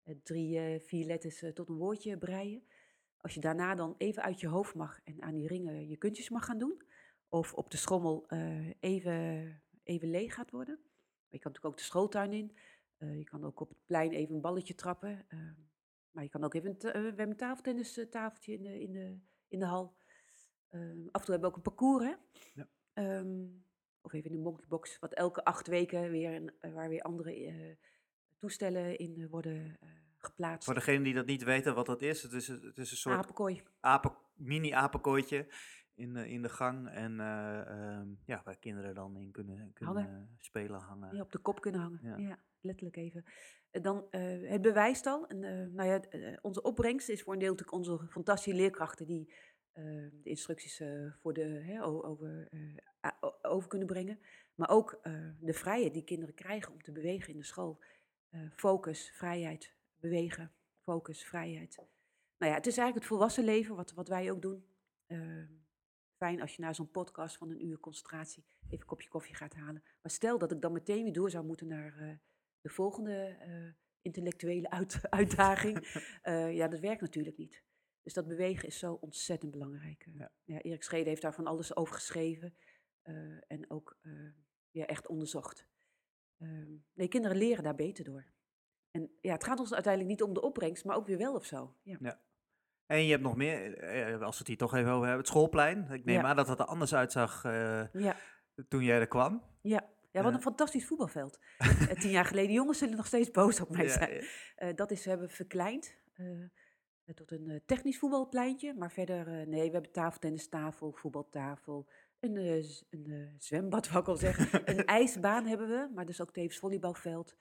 eh, drie, eh, vier letters eh, tot een woordje breien. Als je daarna dan even uit je hoofd mag en aan die ringen je kuntjes mag gaan doen. Of op de schommel eh, even, even leeg gaat worden. Je kan natuurlijk ook de schooltuin in. Eh, je kan ook op het plein even een balletje trappen. eh, maar je kan ook even een, ta- eh, we hebben een tafeltennistafeltje in de, in de, in de hal. Eh, af en toe hebben we ook een parcours, hè? Ja. Ehm, of even in de monkeybox, wat elke acht weken weer, een, eh, waar weer andere eh, toestellen in eh, worden eh, geplaatst. Voor degenen die dat niet weten wat dat is, het is, een- het is een soort Apenkooi. apen, mini-apenkooitje in, de- in de gang. En eh, ehm, ja, waar kinderen dan in kunnen, kunnen Hangen. spelen, hangen. Ja, op de kop kunnen hangen. Ja. Ja, letterlijk even. Eh, Dan eh, het bewijstal. En, eh, nou ja, eh, onze opbrengst is voor een deel natuurlijk onze fantastische leerkrachten die eh, de instructies eh, voor de, hè, o- over, eh, a- o- over kunnen brengen. Maar ook eh, de vrijheid die kinderen krijgen om te bewegen in de school. Eh, focus, vrijheid, bewegen, focus, vrijheid. Nou ja, het is eigenlijk het volwassen leven, wat, wat wij ook doen. Eh, fijn als je na zo'n podcast van een uur concentratie even een kopje koffie gaat halen. Maar stel dat ik dan meteen weer door zou moeten naar eh, de volgende eh, intellectuele uit- uitdaging. Eh, ja, dat werkt natuurlijk niet. Dus dat bewegen is zo ontzettend belangrijk. Eh, Ja. ja, Erik Schede heeft daar van alles over geschreven eh, en ook eh, ja, echt onderzocht. Ehm, nee, kinderen leren daar beter door. En ja, het gaat ons uiteindelijk niet om de opbrengst, maar ook weer wel of zo. Ja. Ja. En je hebt nog meer, eh, als we het hier toch even over hebben, het schoolplein. Ik neem Ja. aan dat het er anders uitzag eh, Ja. toen jij er kwam. Ja, ja, wat Eh. een fantastisch voetbalveld. Eh, tien jaar geleden, jongens zullen nog steeds boos op mij Ja, zijn. ja. Eh, dat is, we hebben verkleind eh, tot een eh, technisch voetbalpleintje. Maar verder, eh, nee, we hebben tafeltennistafel, voetbaltafel, een, eh, z- een eh, zwembad, wou ik al zeggen. Een ijsbaan hebben we, maar dus ook tevens volleybalveld.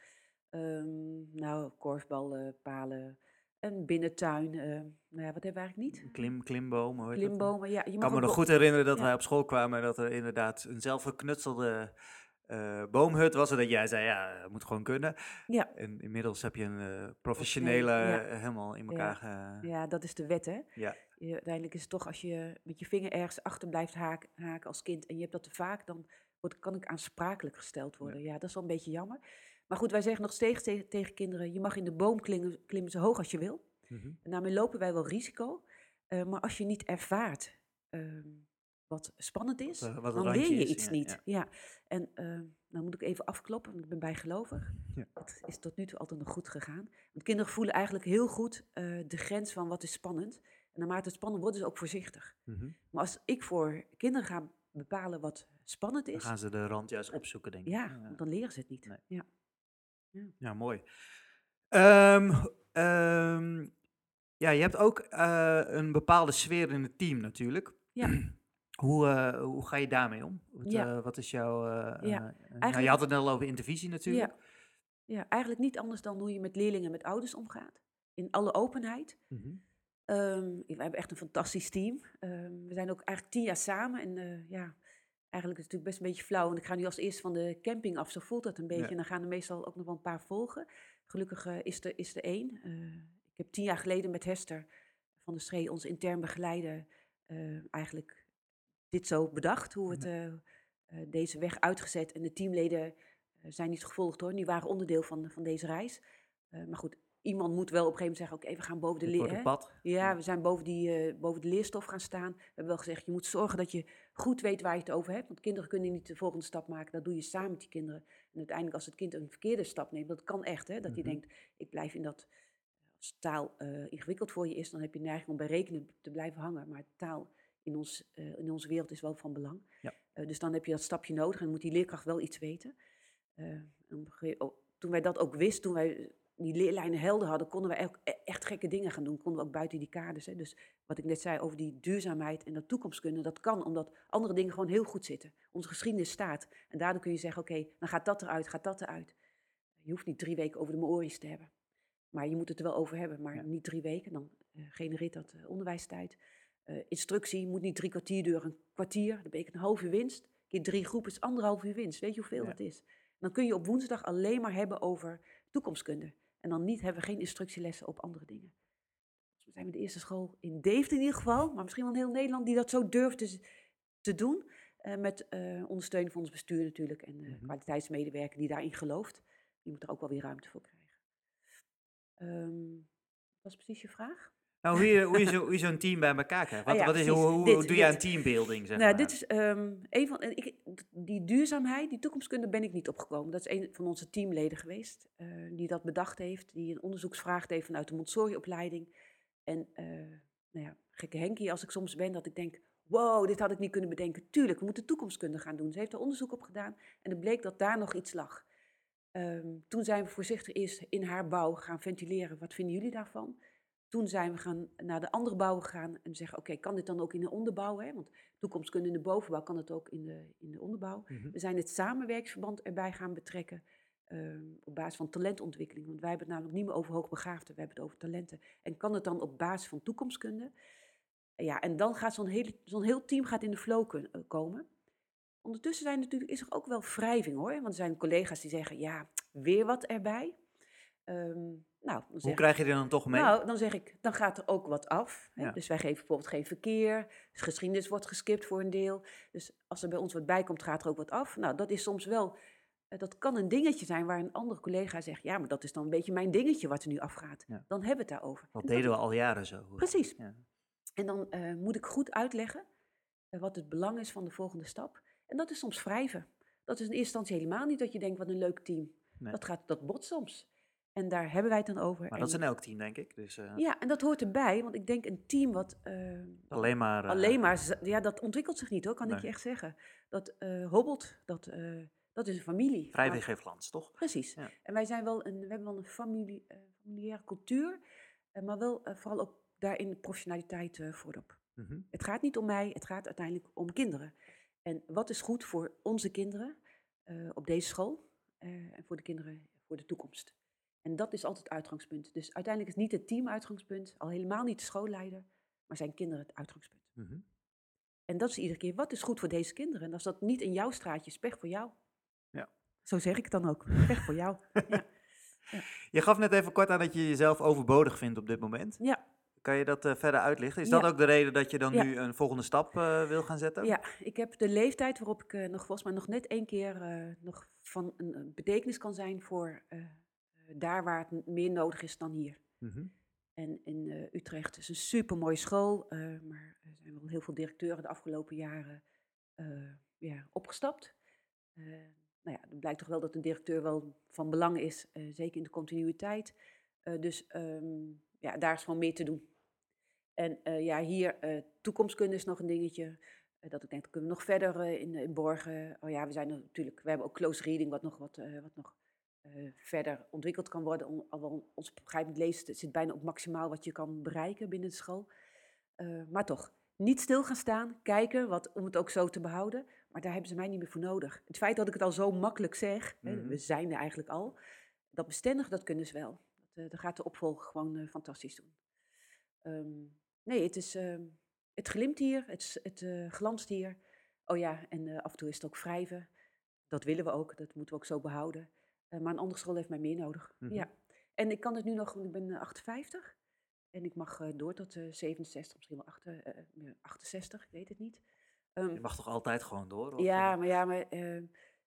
Ehm, nou, korfballen, palen, een binnentuin. eh, nou ja, wat hebben we eigenlijk niet? Klim, klimboom, hoe heet dat? Klimbomen, ja. Je Ik mag kan me ook nog bo- goed herinneren dat ja. wij op school kwamen en dat er inderdaad een zelfgeknutselde eh, boomhut was. En dat jij zei, ja, dat moet gewoon kunnen. Ja, En inmiddels heb je een eh, professionele, Professionele, ja. eh, helemaal in Ja. elkaar ge... Ja, dat is de wet, hè? Ja. Je, uiteindelijk is het toch als je met je vinger ergens achter blijft haak- haken als kind en je hebt dat te vaak, dan wordt, kan ik aansprakelijk gesteld worden. Ja. dat is wel een beetje jammer. Maar goed, wij zeggen nog steeds te- tegen kinderen, je mag in de boom klimmen, klimmen zo hoog als je wil. Mhm. En daarmee lopen wij wel risico. Eh, maar als je niet ervaart ehm, wat spannend is, Wat, eh, wat het dan randje leer je is, iets ja, niet. ja. Ja. En ehm nou moet ik even afkloppen, want ik ben bijgelovig. Ja. Het is tot nu toe altijd nog goed gegaan. Want kinderen voelen eigenlijk heel goed eh, de grens van wat is spannend. En naarmate het spannend wordt, is ook voorzichtig. Mhm. Maar als ik voor kinderen ga bepalen wat spannend Dan is, gaan ze de rand juist opzoeken, denk ik. ja, Ja, want dan leren ze het niet. Nee. Ja. Ja. ja mooi. Ehm, ehm, ja, je hebt ook eh, een bepaalde sfeer in het team natuurlijk. Ja. Hoe, eh, hoe ga je daarmee om? Wat, Ja. eh, wat is jouw... eh, Ja, eh, eh, nou, je eigenlijk- had het net al over intervisie natuurlijk. Ja. Ja, eigenlijk niet anders dan hoe je met leerlingen en met ouders omgaat. In alle openheid. Mhm. Ehm, we hebben echt een fantastisch team. Ehm, we zijn ook eigenlijk tien jaar samen. En eh, ja, eigenlijk is het natuurlijk best een beetje flauw. En ik ga nu als eerste van de camping af, zo voelt dat een beetje. Ja. En dan gaan er meestal ook nog wel een paar volgen. Gelukkig eh, is, er, is er één. Eh, ik heb tien jaar geleden met Hester van der Stree, onze intern begeleider, eh, eigenlijk dit zo bedacht. Hoe we het, eh, eh, deze weg uitgezet. En de teamleden eh, zijn niet gevolgd hoor. Die waren onderdeel van, van deze reis. Eh, maar goed, iemand moet wel op een gegeven moment zeggen, oké, we gaan boven de Dit leer. wordt een hè. pad. Ja, Ja. we zijn boven, die, eh, boven de leerstof gaan staan. We hebben wel gezegd, je moet zorgen dat je goed weet waar je het over hebt. Want kinderen kunnen niet de volgende stap maken. Dat doe je samen met die kinderen. En uiteindelijk als het kind een verkeerde stap neemt, dat kan echt. Hè, dat hij Mhm. denkt, ik blijf in dat... Als taal eh, ingewikkeld voor je is, dan heb je neiging om bij rekenen te blijven hangen. Maar taal in, ons, eh, in onze wereld is wel van belang. Ja. Eh, dus dan heb je dat stapje nodig en dan moet die leerkracht wel iets weten. Eh, en op een gege- oh, toen wij dat ook wisten, toen wij die leerlijnen helder hadden, konden wij ook e- echt gekke dingen gaan doen. Konden we ook buiten die kaders. Hè. Dus wat ik net zei over die duurzaamheid en dat toekomstkunde, dat kan omdat andere dingen gewoon heel goed zitten. Onze geschiedenis staat. En daardoor kun je zeggen, oké, dan gaat dat eruit, gaat dat eruit. Je hoeft niet drie weken over de Maori's te hebben. Maar je moet het er wel over hebben, maar Ja. niet drie weken. Dan eh, genereert dat eh, onderwijstijd. Eh, instructie moet niet drie kwartier duren, een kwartier. Dat betekent een half uur winst. Keer drie groepen is anderhalf uur winst. Weet je hoeveel Ja. dat is? Dan kun je op woensdag alleen maar hebben over toekomstkunde. En dan niet hebben we geen instructielessen op andere dingen. Dus we zijn we de eerste school in Deventer in ieder geval, maar misschien wel in heel Nederland, die dat zo durft te, z- te doen. Eh, met eh, ondersteuning van ons bestuur natuurlijk en de Mhm. kwaliteitsmedewerker die daarin gelooft. Die moet er ook wel weer ruimte voor krijgen. Ehm, wat is precies je vraag? Nou, hoe je, hoe je, zo, hoe je zo'n team bij elkaar krijgt. Ah Wat, ja, wat is, precies. hoe, hoe, Dit, hoe doe je aan dit. teambuilding, zeg Nou, dit maar? is ehm, een van. en Ik, die duurzaamheid, die toekomstkunde, ben ik niet opgekomen. Dat is een van onze teamleden geweest, eh, die dat bedacht heeft, die een onderzoeksvraag deed vanuit de Montessori-opleiding. En eh, nou ja, gekke Henkie, als ik soms ben, dat ik denk, wow, dit had ik niet kunnen bedenken. Tuurlijk, we moeten toekomstkunde gaan doen. Ze heeft er onderzoek op gedaan en het bleek dat daar nog iets lag. Ehm, toen zijn we voorzichtig eerst in haar bouw gaan ventileren. Wat vinden jullie daarvan? Toen zijn we gaan naar de andere bouwen gegaan en zeggen, oké, kan dit dan ook in de onderbouw? Hè? Want toekomstkunde in de bovenbouw kan het ook in de, in de onderbouw. Mhm. We zijn het samenwerksverband erbij gaan betrekken ehm, op basis van talentontwikkeling. Want wij hebben het namelijk niet meer over hoogbegaafden, we hebben het over talenten. En kan het dan op basis van toekomstkunde? Ja, en dan gaat zo'n heel, zo'n heel team gaat in de flow kun- eh, komen. Ondertussen zijn natuurlijk, is er ook wel wrijving hoor. Want er zijn collega's die zeggen, ja, weer wat erbij. Ehm, nou, dan Hoe zeg ik, krijg je die dan toch mee? nou, dan zeg ik, dan gaat er ook wat af. Hè? Ja. Dus wij geven bijvoorbeeld geen verkeer. Dus geschiedenis wordt geskipt voor een deel. Dus als er bij ons wat bij komt, gaat er ook wat af. Nou, dat is soms wel, eh, dat kan een dingetje zijn waar een andere collega zegt, ja, maar dat is dan een beetje mijn dingetje wat er nu afgaat. Ja. Dan hebben we het daarover. Dat En dat deden we is- al jaren zo. Precies. Ja. En dan eh, moet ik goed uitleggen eh, wat het belang is van de volgende stap. En dat is soms wrijven. Dat is in eerste instantie helemaal niet dat je denkt, wat een leuk team. Nee. Dat, gaat, dat bot soms. En daar hebben wij het dan over. Maar En dat is in elk team, denk ik. Dus eh, ja, en dat hoort erbij, want ik denk een team wat eh, alleen maar... eh, alleen maar, z- ja, dat ontwikkelt zich niet hoor, kan ik Nee. je echt zeggen. Dat eh, hobbelt, dat, eh, dat is een familie. Vrijweg Maar- heeft Frans, toch? Precies. Ja. En wij zijn wel een, we hebben wel een familie, eh, familiaire cultuur, eh, maar wel eh, vooral ook daarin de professionaliteit eh, voorop. Mhm. Het gaat niet om mij, het gaat uiteindelijk om kinderen. En wat is goed voor onze kinderen eh, op deze school eh, en voor de kinderen voor de toekomst. En dat is altijd het uitgangspunt. Dus uiteindelijk is niet het team uitgangspunt, al helemaal niet de schoolleider, maar zijn kinderen het uitgangspunt. Mhm. En dat is iedere keer, wat is goed voor deze kinderen? En als dat niet in jouw straatje is, pech voor jou. Ja. Zo zeg ik het dan ook, pech voor jou. Ja. Je gaf net even kort aan dat je jezelf overbodig vindt op dit moment. Ja. Kan je dat eh, verder uitlichten? Is Ja. dat ook de reden dat je dan Ja. nu een volgende stap eh, wil gaan zetten? Ja, ik heb de leeftijd waarop ik eh, nog volgens mij nog net één keer eh, nog van een, een betekenis kan zijn voor eh, eh, daar waar het m- meer nodig is dan hier. Mhm. En in eh, Utrecht is een supermooie school, eh, maar er zijn wel heel veel directeuren de afgelopen jaren eh, ja, opgestapt. Eh, nou ja, het blijkt toch wel dat een directeur wel van belang is, eh, zeker in de continuïteit. Eh, dus ehm, ja, daar is gewoon meer te doen. En eh, ja, hier, eh, toekomstkunde is nog een dingetje. eh, dat ik denk, dat kunnen we nog verder eh, in, in borgen. Oh ja, we zijn er natuurlijk, we hebben ook close reading, wat nog, wat, eh, wat nog eh, verder ontwikkeld kan worden. On, alhoewel ons begrijpend lezen zit bijna op maximaal wat je kan bereiken binnen de school. Eh, maar toch, niet stil gaan staan, kijken, wat, om het ook zo te behouden. Maar daar hebben ze mij niet meer voor nodig. Het feit dat ik het al zo makkelijk zeg, hè, Mhm. we zijn er eigenlijk al. Dat bestendig, dat kunnen ze wel. Dat, eh, dat gaat de opvolger gewoon eh, fantastisch doen. Ehm, nee, het, is, ehm, het glimt hier, het, s- het eh, glanst hier. Oh ja, en eh, af en toe is het ook wrijven. Dat willen we ook, dat moeten we ook zo behouden. Eh, maar een andere school heeft mij meer nodig. Mhm. Ja. En ik kan het nu nog, want ik ben eh, achtenvijftig. En ik mag eh, door tot eh, zevenenzestig, misschien wel achter, eh, eh, achtenzestig, ik weet het niet. Ehm, Je mag toch altijd gewoon door? Of, ja, eh? maar ja, maar ehm,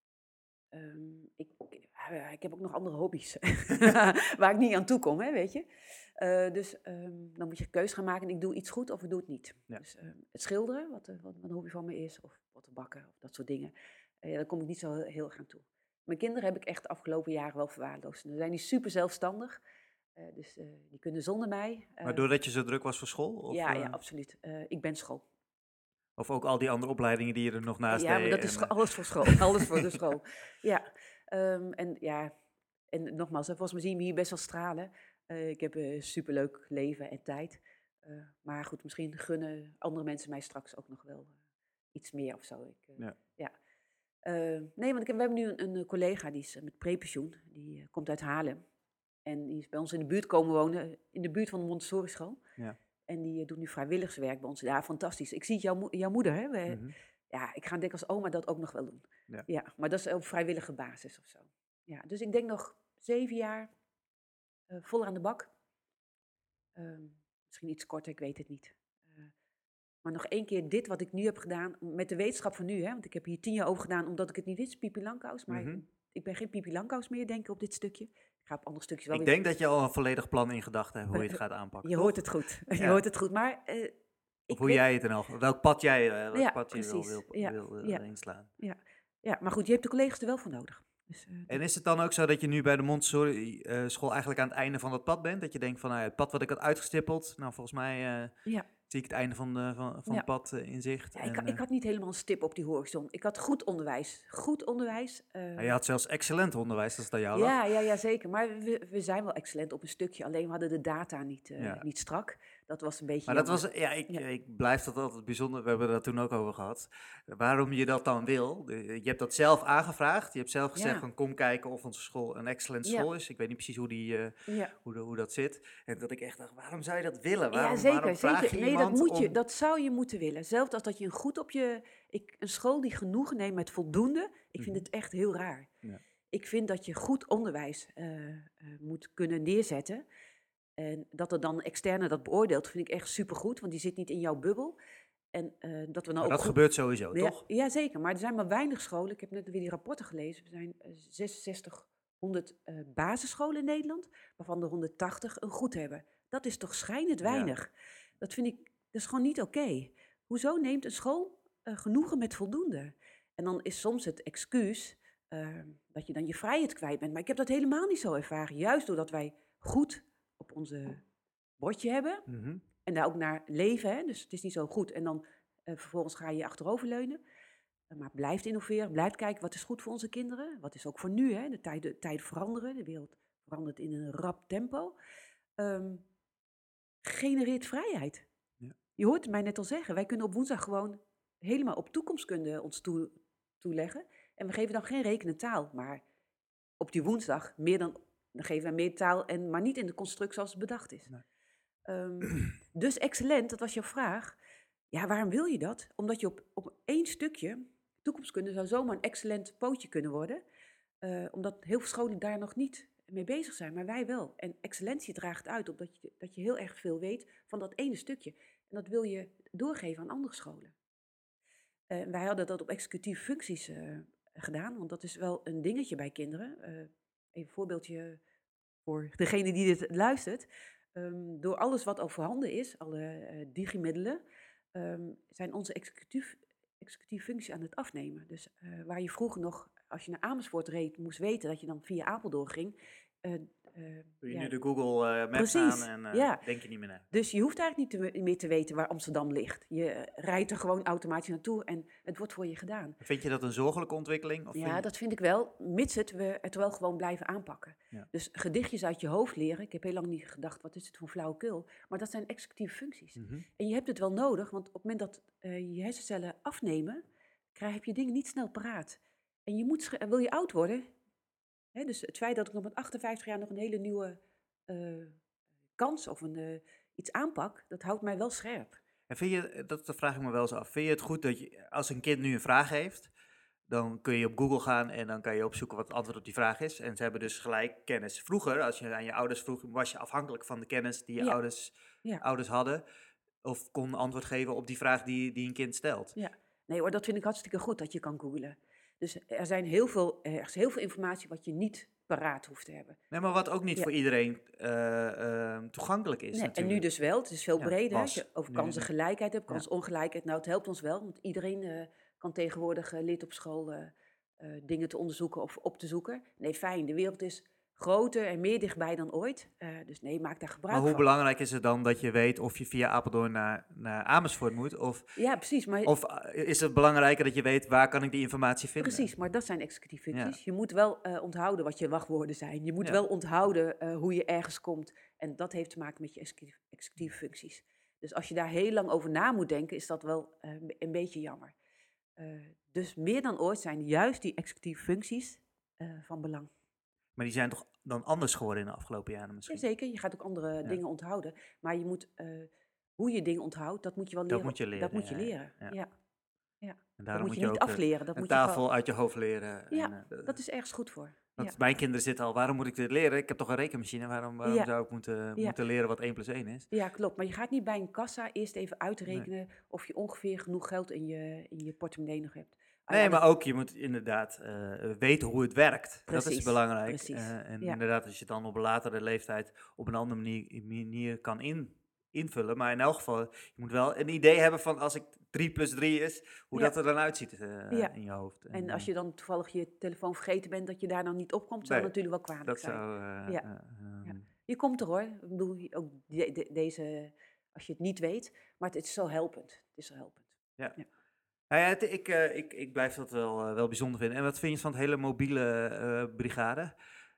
ehm, ik, ik, ik heb ook nog andere hobby's waar ik niet aan toe kom, hè, weet je. Eh, dus ehm, dan moet je een keus gaan maken en ik doe iets goed of ik doe het niet. Ja. Dus ehm, het schilderen, wat, eh, wat een hobby van me is, of potten bakken of dat soort dingen, eh, ja, daar kom ik niet zo heel erg aan toe. Mijn kinderen heb ik echt de afgelopen jaren wel verwaarloosd. En dan zijn die super zelfstandig, eh, dus eh, die kunnen zonder mij. Maar eh, doordat je zo druk was voor school? Of, ja, ja, eh, absoluut. Eh, ik ben school. of ook al die andere opleidingen die je er nog naast Ja, maar deed? dat is en, scho- eh, alles voor school. Alles voor de school. Ja. Ehm, en ja, en nogmaals, hè, volgens mij zie je me hier best wel stralen. Eh, ik heb een superleuk leven en tijd. Eh, maar goed, misschien gunnen andere mensen mij straks ook nog wel eh, iets meer of zo. Ik, eh, Ja. ja. Eh, nee, want ik heb, we hebben nu een, een eh, collega die is eh, met prepensioen. Die eh, komt uit Haarlem. En die is bij ons in de buurt komen wonen, in de buurt van de Montessori school. Ja. En die eh, doet nu vrijwilligerswerk bij ons. Ja, fantastisch. Ik zie jouw, mo- jouw moeder, hè? We- Mhm. Ja, ik ga denk als oma dat ook nog wel doen. Ja. Ja, maar dat is op vrijwillige basis of zo. Ja, dus ik denk nog zeven jaar eh, vol aan de bak. Ehm, misschien iets korter, ik weet het niet. Eh, maar nog één keer dit wat ik nu heb gedaan, met de wetenschap van nu, hè, want ik heb hier tien jaar over gedaan, omdat ik het niet wist, Pipi Langkous. Maar Mhm. ik ben geen Pipi Langkous meer, denk ik, op dit stukje. Ik Ik ga op andere stukjes wel Ik weer... denk dat je al een volledig plan in gedachten hebt hoe je Eh, het eh, gaat aanpakken, Je toch? hoort het goed. Je Ja. hoort het goed. Maar eh, Of ik hoe weet... jij het in elk geval, welk pad jij, eh, welk Ja, pad je wil, precies. wil, Ja, wil ja, eh, inslaan. ja. Ja, maar goed, je hebt de collega's er wel voor nodig. Dus, eh, En dat... is het dan ook zo dat je nu bij de Montessori eh, school eigenlijk aan het einde van dat pad bent? Dat je denkt van, nou ja, het pad wat ik had uitgestippeld, nou volgens mij eh, Ja, zie ik het einde van, de, van, van het ja. pad eh, in zicht. Ja, ik, En, ha- ik eh, had niet helemaal een stip op die horizon. Ik had goed onderwijs. Goed onderwijs. eh, nou, je had zelfs excellent onderwijs als het aan jou lag. ja, ja, ja, zeker. Maar we, we zijn wel excellent op een stukje. Alleen we hadden de data niet, eh, Ja. niet strak. Dat was een beetje Maar dat jammer. was, ja, ik, Ja, ik blijf dat altijd bijzonder. We hebben het daar toen ook over gehad. Waarom je dat dan wil. De- Je hebt dat zelf aangevraagd. Je hebt zelf gezegd ja, van kom kijken of onze school een excellent ja, school is. Ik weet niet precies hoe, die, eh, ja. hoe, de- hoe dat zit. En dat ik echt dacht, waarom zou je dat willen? Ja, Waarom, zeker, waarom vraag zeker. je Nee, dat iemand moet je, om... dat zou je moeten willen. Zelfs als dat je een goed op je... Ik, een school die genoegen neemt met voldoende, ik vind Mhm. het echt heel raar. Ja. Ik vind dat je goed onderwijs eh, eh, moet kunnen neerzetten. En dat er dan een externe dat beoordeelt, vind ik echt supergoed, want die zit niet in jouw bubbel. En eh, dat we nou Maar ook dat goed... gebeurt sowieso, Ja, toch? ja, zeker. Maar er zijn maar weinig scholen. Ik heb net weer die rapporten gelezen. Er zijn eh, zesenzestighonderd eh, basisscholen in Nederland, waarvan er honderdtachtig een goed hebben. Dat is toch schrijnend Ja. weinig. Dat vind ik, dat is gewoon niet oké. Hoezo neemt een school eh, genoegen met voldoende? En dan is soms het excuus eh, dat je dan je vrijheid kwijt bent. Maar ik heb dat helemaal niet zo ervaren. Juist doordat wij goed op onze bordje hebben Mhm. en daar ook naar leven. Hè? Dus het is niet zo goed. En dan eh, vervolgens ga je achteroverleunen. Eh, Maar blijft innoveren, blijft kijken wat is goed voor onze kinderen. Wat is ook voor nu. Hè? De tijden, tijden veranderen, de wereld verandert in een rap tempo. Ehm, genereert vrijheid. Ja. Je hoort het mij net al zeggen. Wij kunnen op woensdag gewoon helemaal op toekomstkunde ons toe, toeleggen. En we geven dan geen rekenen taal. Maar op die woensdag meer dan, dan geven wij meer taal. En, maar niet in de construct zoals het bedacht is. Nee. Ehm, dus excellent, dat was jouw vraag. Ja, waarom wil je dat? Omdat je op, op één stukje, toekomstkunde zou zomaar een excellent pootje kunnen worden. eh, omdat heel veel scholen daar nog niet mee bezig zijn, maar wij wel. En excellentie draagt uit op dat je, dat je heel erg veel weet van dat ene stukje. En dat wil je doorgeven aan andere scholen. Eh, wij hadden dat op executieve functies eh, gedaan, want dat is wel een dingetje bij kinderen. Eh, even een voorbeeldje voor degene die dit luistert. Ehm, door alles wat al voorhanden is, alle eh, digimiddelen, ehm, zijn onze executief, executieve functie aan het afnemen. Dus eh, waar je vroeger nog, als je naar Amersfoort reed, moest weten dat je dan via Apeldoorn ging. eh, eh, Doe je ja, nu de Google eh, Maps precies, aan en eh, ja. denk je niet meer na. Dus je hoeft eigenlijk niet te we- meer te weten waar Amsterdam ligt. Je eh, rijdt er gewoon automatisch naartoe en het wordt voor je gedaan. Vind je dat een zorgelijke ontwikkeling? Of Ja, vind je... dat vind ik wel, mits het we het wel gewoon blijven aanpakken. Ja. Dus gedichtjes uit je hoofd leren. Ik heb heel lang niet gedacht, wat is het voor flauwekul? Maar dat zijn executieve functies. Mhm. En je hebt het wel nodig, want op het moment dat eh, je hersencellen afnemen, krijg heb je dingen niet snel paraat. En je moet, sche- wil je oud worden, hè, dus het feit dat ik nog met achtenvijftig jaar nog een hele nieuwe eh, kans of een, eh, iets aanpak, dat houdt mij wel scherp. En vind je, dat, dat vraag ik me wel eens af, vind je het goed dat je, als een kind nu een vraag heeft, dan kun je op Google gaan en dan kan je opzoeken wat het antwoord op die vraag is. En ze hebben dus gelijk kennis. Vroeger, als je aan je ouders vroeg, was je afhankelijk van de kennis die je Ja, ouders, ja, ouders hadden. Of kon antwoord geven op die vraag die, die een kind stelt. ja. Nee hoor, dat vind ik hartstikke goed dat je kan googlen. Dus er, zijn heel veel, er is heel veel informatie wat je niet paraat hoeft te hebben. Nee, maar wat ook niet Ja. voor iedereen eh, eh, toegankelijk is Nee, en natuurlijk. nu dus wel, het is veel Ja, breder. Als was. je over Nu- kansengelijkheid hebt, Ja. kansongelijkheid, nou het helpt ons wel. Want iedereen eh, kan tegenwoordig eh, lid op school eh, eh, dingen te onderzoeken of op te zoeken. Nee, fijn, de wereld is groter en meer dichtbij dan ooit. Eh, dus nee, maak daar gebruik Maar hoe van. belangrijk is het dan dat je weet of je via Apeldoorn naar, naar Amersfoort moet? Of, Ja, precies. Maar, of eh, is het belangrijker dat je weet waar kan ik die informatie vinden? precies, maar dat zijn executieve Ja. functies. Je moet wel eh, onthouden wat je wachtwoorden zijn. Je moet Ja. wel onthouden eh, hoe je ergens komt. En dat heeft te maken met je executieve, executieve functies. Dus als je daar heel lang over na moet denken, is dat wel eh, een beetje jammer. Eh, dus meer dan ooit zijn juist die executieve functies eh, van belang. Maar die zijn toch dan anders geworden in de afgelopen jaren misschien? Jazeker, je gaat ook andere Ja. dingen onthouden. Maar je moet, eh, hoe je dingen onthoudt, dat moet je wel Dat leren. moet je leren, Dat moet je ja, ja, leren, ja. ja. ja. En Dat daarom moet je niet ook eh, afleren. Dat een moet je tafel gewoon... uit je hoofd leren. Ja, en, eh, dat is ergens goed voor. want Ja. mijn kinderen zitten al, waarom moet ik dit leren? Ik heb toch een rekenmachine, waarom, waarom Ja. zou ik moeten, Ja. moeten leren wat één plus één is? Ja, klopt. Maar je gaat niet bij een kassa eerst even uitrekenen of je ongeveer genoeg geld in je, in je portemonnee nog hebt. Ah ja, Nee, dat, maar ook je moet inderdaad eh, weten hoe het werkt. Dat is precies, belangrijk. precies. Eh, en Ja, inderdaad, als je het dan op een latere leeftijd op een andere manier, manier kan in, invullen. Maar in elk geval, je moet wel een idee hebben van als ik drie plus drie is, hoe ja, dat er dan uitziet eh, ja. in je hoofd. En, En als eh, je dan toevallig je telefoon vergeten bent, dat je daar dan niet opkomt, zou nee, natuurlijk wel kwalijk dat zijn. zou... eh, Ja, eh, ja. ehm, Je komt er hoor. Ik bedoel, je- ook de- de- deze, als je het niet weet, maar het is zo helpend. Het is zo helpend. ja. Ja. Nou ja, het- ik, eh, ik, ik blijf dat wel, eh, wel bijzonder vinden. En wat vind je van het hele mobiele eh, brigade?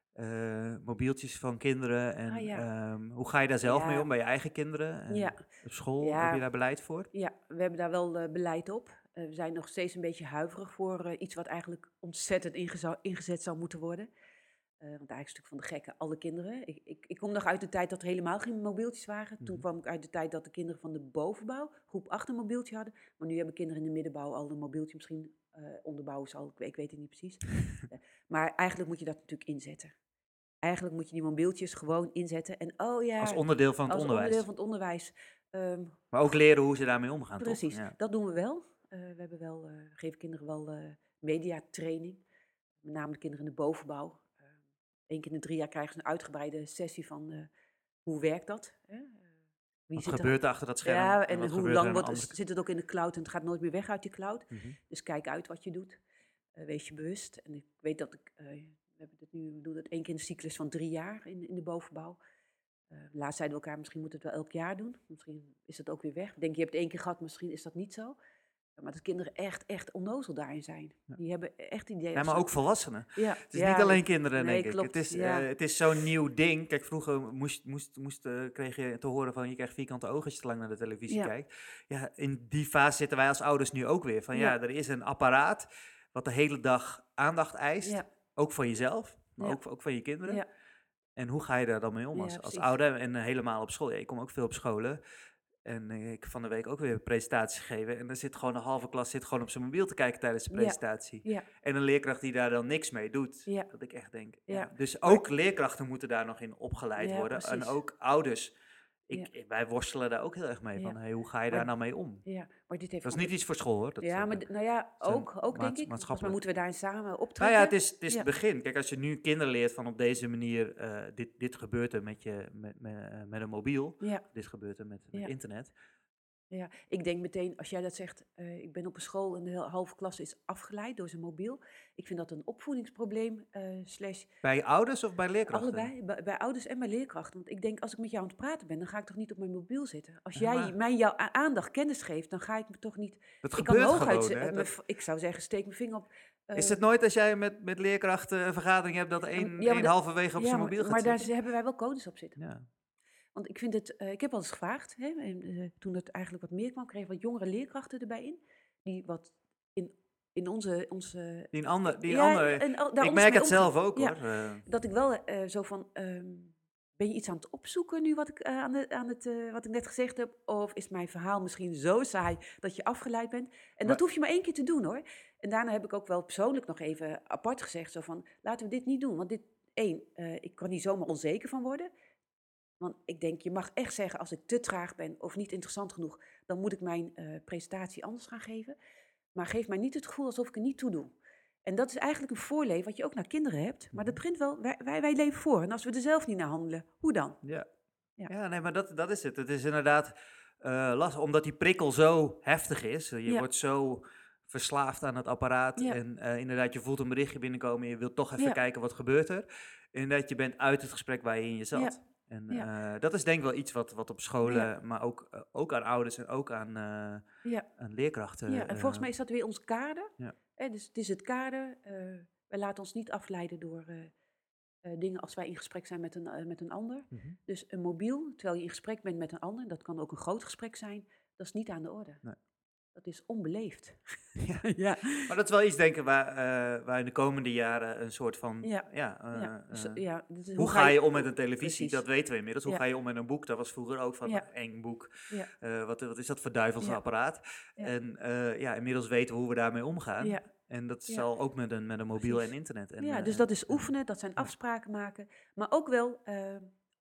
Eh, mobieltjes van kinderen. Ah En ja, ehm, hoe ga je daar zelf mee om ja, bij je eigen kinderen? ja, En op school, heb je ja, daar beleid voor? ja. We hebben daar wel eh, beleid op. Eh, we zijn nog steeds een beetje huiverig voor eh, iets wat eigenlijk ontzettend ingeza- ingezet zou moeten worden. Eh, want eigenlijk is het natuurlijk van de gekken alle kinderen. Ik, ik, ik kom nog uit de tijd dat er helemaal geen mobieltjes waren. Toen Mhm. kwam ik uit de tijd dat de kinderen van de bovenbouw, groep acht, een mobieltje hadden. Maar nu hebben kinderen in de middenbouw al een mobieltje. Misschien eh onderbouw is al, ik, weet- ik weet het niet precies. Eh, maar eigenlijk moet je dat natuurlijk inzetten. Eigenlijk moet je die mobieltjes gewoon inzetten. En oh Als ja, onderdeel van het als onderdeel onderwijs. van het onderwijs. Ehm, Maar ook leren hoe ze daarmee omgaan, toch? precies, Ja. dat doen we wel. Eh, we hebben wel, eh, we geven kinderen wel eh mediatraining. Met name de kinderen in de bovenbouw. Eén keer in de drie jaar krijgen ze een uitgebreide sessie van eh, hoe werkt dat? Hè? Eh, wie Wat zit er? gebeurt er achter dat scherm Ja, en en wat hoe gebeurt er lang aan de wordt, andere kant? zit het ook in de cloud en het gaat nooit meer weg uit die cloud. Mhm. Dus kijk uit wat je doet. Eh, wees je bewust. En ik weet dat ik, eh, we hebben dit nu, we doen het één keer in de cyclus van drie jaar in, in de bovenbouw. Eh, laatst zeiden we elkaar, misschien moeten we het wel elk jaar doen. Misschien is het ook weer weg. Ik denk, je hebt het één keer gehad, misschien is dat niet zo. Maar dat kinderen echt, echt onnozel daarin zijn. Ja. Die hebben echt idee Ja, als maar ze... ook volwassenen. Ja, Het is niet ja, alleen dat- kinderen, nee, denk ik. Het klopt. is, eh, Ja, het is zo'n nieuw ding. Kijk, vroeger moest, moest, moest, eh, kreeg je te horen van je krijgt vierkante ogen als je te lang naar de televisie ja, kijkt. Ja, in die fase zitten wij als ouders nu ook weer. Van ja, ja, er is een apparaat wat de hele dag aandacht eist. ja, Ook van jezelf, maar ja, ook, ook van je kinderen. ja, En hoe ga je daar dan mee om ja, als, als precies. ouder en eh, helemaal op school? Ja, ik kom ook veel op scholen. En eh, ik heb van de week ook weer een presentatie gegeven. En er zit gewoon een halve klas zit gewoon op zijn mobiel te kijken tijdens de Ja, presentatie. ja, En een leerkracht die daar dan niks mee doet. ja, Dat ik echt denk, ja. ja. Dus Maar, ook leerkrachten moeten daar nog in opgeleid ja, worden. En precies. ook ouders. Ja, Ik, wij worstelen daar ook heel erg mee. Van, ja. hey, hoe ga je daar Maar, nou mee om? ja, maar dit heeft Dat is gewoon niet met... iets voor school hoor. Dat Ja, maar eh, d- nou ja, zijn ook, ook denk maats- ik. Volgens mij maatschappelijk. moeten we daarin samen Nou ja, optrekken. het is, het is het Ja, begin. Kijk, als je nu kinderen leert van op deze manier, eh, dit, dit gebeurt er met, je, met, met, eh, met een mobiel. ja, Dit gebeurt er met, met ja. internet. Ja, ik denk meteen, als jij dat zegt, eh, ik ben op een school en de hele halve klas is afgeleid door zijn mobiel. Ik vind dat een opvoedingsprobleem, eh, slash Bij ouders of bij leerkrachten? allebei, bij, bij ouders en bij leerkrachten. Want ik denk, als ik met jou aan het praten ben, dan ga ik toch niet op mijn mobiel zitten. Als Ja, jij maar mij jouw a- aandacht, kennis geeft, dan ga ik me toch niet... dat Ik kan gebeurt hooguit, gewoon, ze- hè? eh, mijn Dat, v- ik zou zeggen, steek mijn vinger op. is eh, het nooit als jij met, met leerkrachten een vergadering hebt dat en- één, ja, maar, één da- halverwege op ja, zijn maar, mobiel gaat maar daar zitten? hebben wij wel codes op zitten. Ja. Want ik vind het, eh, ik heb wel eens gevraagd, hè, en, eh, toen het eigenlijk wat meer kwam, kregen we wat jongere leerkrachten erbij in. Die wat in, in onze, onze Die een ander, die een ja, ander, en al- ik daar anders merk mee het omgaan. zelf ook Ja, hoor. eh. dat ik wel eh, zo van, ehm, ben je iets aan het opzoeken nu wat ik, eh, aan de, aan het, eh, wat ik net gezegd heb? Of is mijn verhaal misschien zo saai dat je afgeleid bent? En dat Maar hoef je maar één keer te doen hoor. En daarna heb ik ook wel persoonlijk nog even apart gezegd, zo van, laten we dit niet doen. Want dit, één, eh, ik kan hier zomaar onzeker van worden. Want ik denk, je mag echt zeggen, als ik te traag ben of niet interessant genoeg, dan moet ik mijn eh, presentatie anders gaan geven. Maar geef mij niet het gevoel alsof ik er niet toe doe. En dat is eigenlijk een voorleven wat je ook naar kinderen hebt. Maar dat Mhm. begint wel, wij, wij, wij leven voor. En als we er zelf niet naar handelen, hoe dan? Ja. Ja, Ja, nee, maar dat, dat is het. Het is inderdaad eh, lastig, omdat die prikkel zo heftig is. Je ja, wordt zo verslaafd aan het apparaat. ja, En eh, inderdaad, je voelt een berichtje binnenkomen. Je wilt toch even ja, kijken wat gebeurt er. Inderdaad, je bent uit het gesprek waar je in je ja, zat. En ja, eh, dat is denk ik wel iets wat, wat op ja, scholen, maar ook, eh, ook aan ouders en ook aan, eh, ja, aan leerkrachten. ja. En volgens eh, mij is dat weer ons kader. ja. Hè, dus het is het kader. eh wij laten ons niet afleiden door eh, eh, dingen als wij in gesprek zijn met een, eh, met een ander. Mhm. Dus een mobiel, terwijl je in gesprek bent met een ander, dat kan ook een groot gesprek zijn, dat is niet aan de orde. Nee. Dat is onbeleefd. Ja. Ja, Maar dat is wel iets, denk ik, waar, eh, waar in de komende jaren een soort van, ja, ja, eh, ja. Dus, eh, ja dus hoe hoe ga je om met een televisie? Precies. Dat weten we inmiddels. Hoe Ja, ga je om met een boek? Dat was vroeger ook van ja, een eng boek. ja, Eh, wat, wat is dat voor duivelse ja, apparaat? ja, En eh, ja, inmiddels weten we hoe we daarmee omgaan. ja, En dat ja, zal ook met een, met een mobiel en precies. internet. En, Ja, eh, dus en, dat is en- oefenen, dat zijn ja. afspraken maken, maar ook wel eh,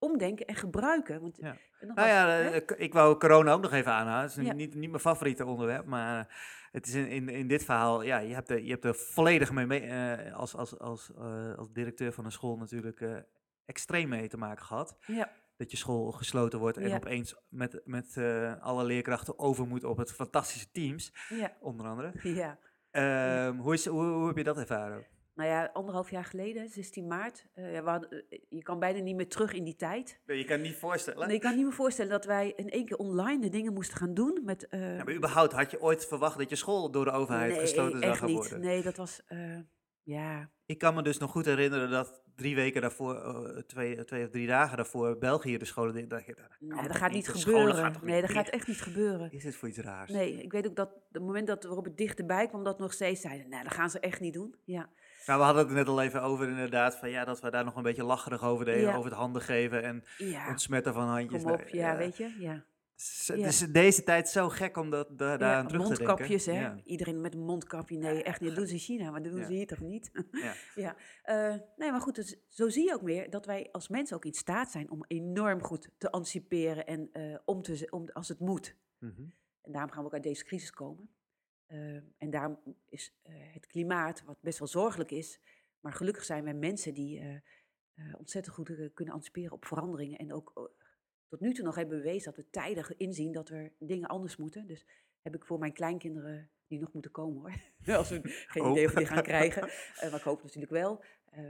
omdenken en gebruiken. Want, Ja. en Nou nogmaals, ja, hè? eh, ik ik wou corona ook nog even aanhalen. Het is Ja, niet, niet mijn favoriete onderwerp, maar eh, het is in, in, in dit verhaal, ja, je hebt er, je hebt er volledig mee, mee eh, als, als, als, eh, als directeur van een school natuurlijk eh, extreem mee te maken gehad. ja, Dat je school gesloten wordt en ja, opeens met, met eh, alle leerkrachten over moet op het fantastische Teams, ja, onder andere. ja, ja. Ehm, hoe, is, hoe, hoe heb je dat ervaren? Nou ja, anderhalf jaar geleden, zestien maart. eh, ja, we hadden, eh, je kan bijna niet meer terug in die tijd. Je kan het niet voorstellen. Nee, ik kan niet meer voorstellen dat wij in één keer online de dingen moesten gaan doen. Met, eh, Ja, maar überhaupt, had je ooit verwacht dat je school door de overheid nee, gesloten zou echt gaan niet. worden? Nee, dat was, eh, ja, Ik kan me dus nog goed herinneren dat drie weken daarvoor, eh, twee, twee of drie dagen daarvoor, België de scholen dicht. Dat, je- dat kan nee, dat toch gaat niet De scholen gaan gebeuren. toch Nee, niet dat gaat dicht? echt niet gebeuren. Is dit voor iets raars? Nee, ik weet ook dat het moment dat waarop het dichterbij kwam, dat nog steeds zeiden, nee, dat gaan ze echt niet doen. Ja, Nou, we hadden het er net al even over inderdaad, van ja, dat we daar nog een beetje lacherig over deden, ja, over het handen geven en ja, ontsmetten van handjes. kom op. Nou, Ja, eh, weet je, ja. s- het Ja. is deze tijd zo gek om dat, da- daar Ja, aan terug te denken. mondkapjes, hè? Ja, Iedereen met een mondkapje. Nee, echt niet. Dat doen ze in China, maar dat doen ja, ze hier toch niet? ja. Ja, eh, nee, maar goed, dus, zo zie je ook weer dat wij als mensen ook in staat zijn om enorm goed te anticiperen en eh, om te, z- om, als het moet. Mhm. En daarom gaan we ook uit deze crisis komen. Eh, en daarom is eh, het klimaat, wat best wel zorgelijk is, maar gelukkig zijn wij mensen die eh, eh, ontzettend goed eh, kunnen anticiperen op veranderingen. En ook eh, tot nu toe nog hebben bewezen dat we tijdig inzien dat er dingen anders moeten. Dus heb ik voor mijn kleinkinderen, die nog moeten komen hoor, als we geen Oh. idee of we die gaan krijgen, eh, maar ik hoop natuurlijk wel, eh,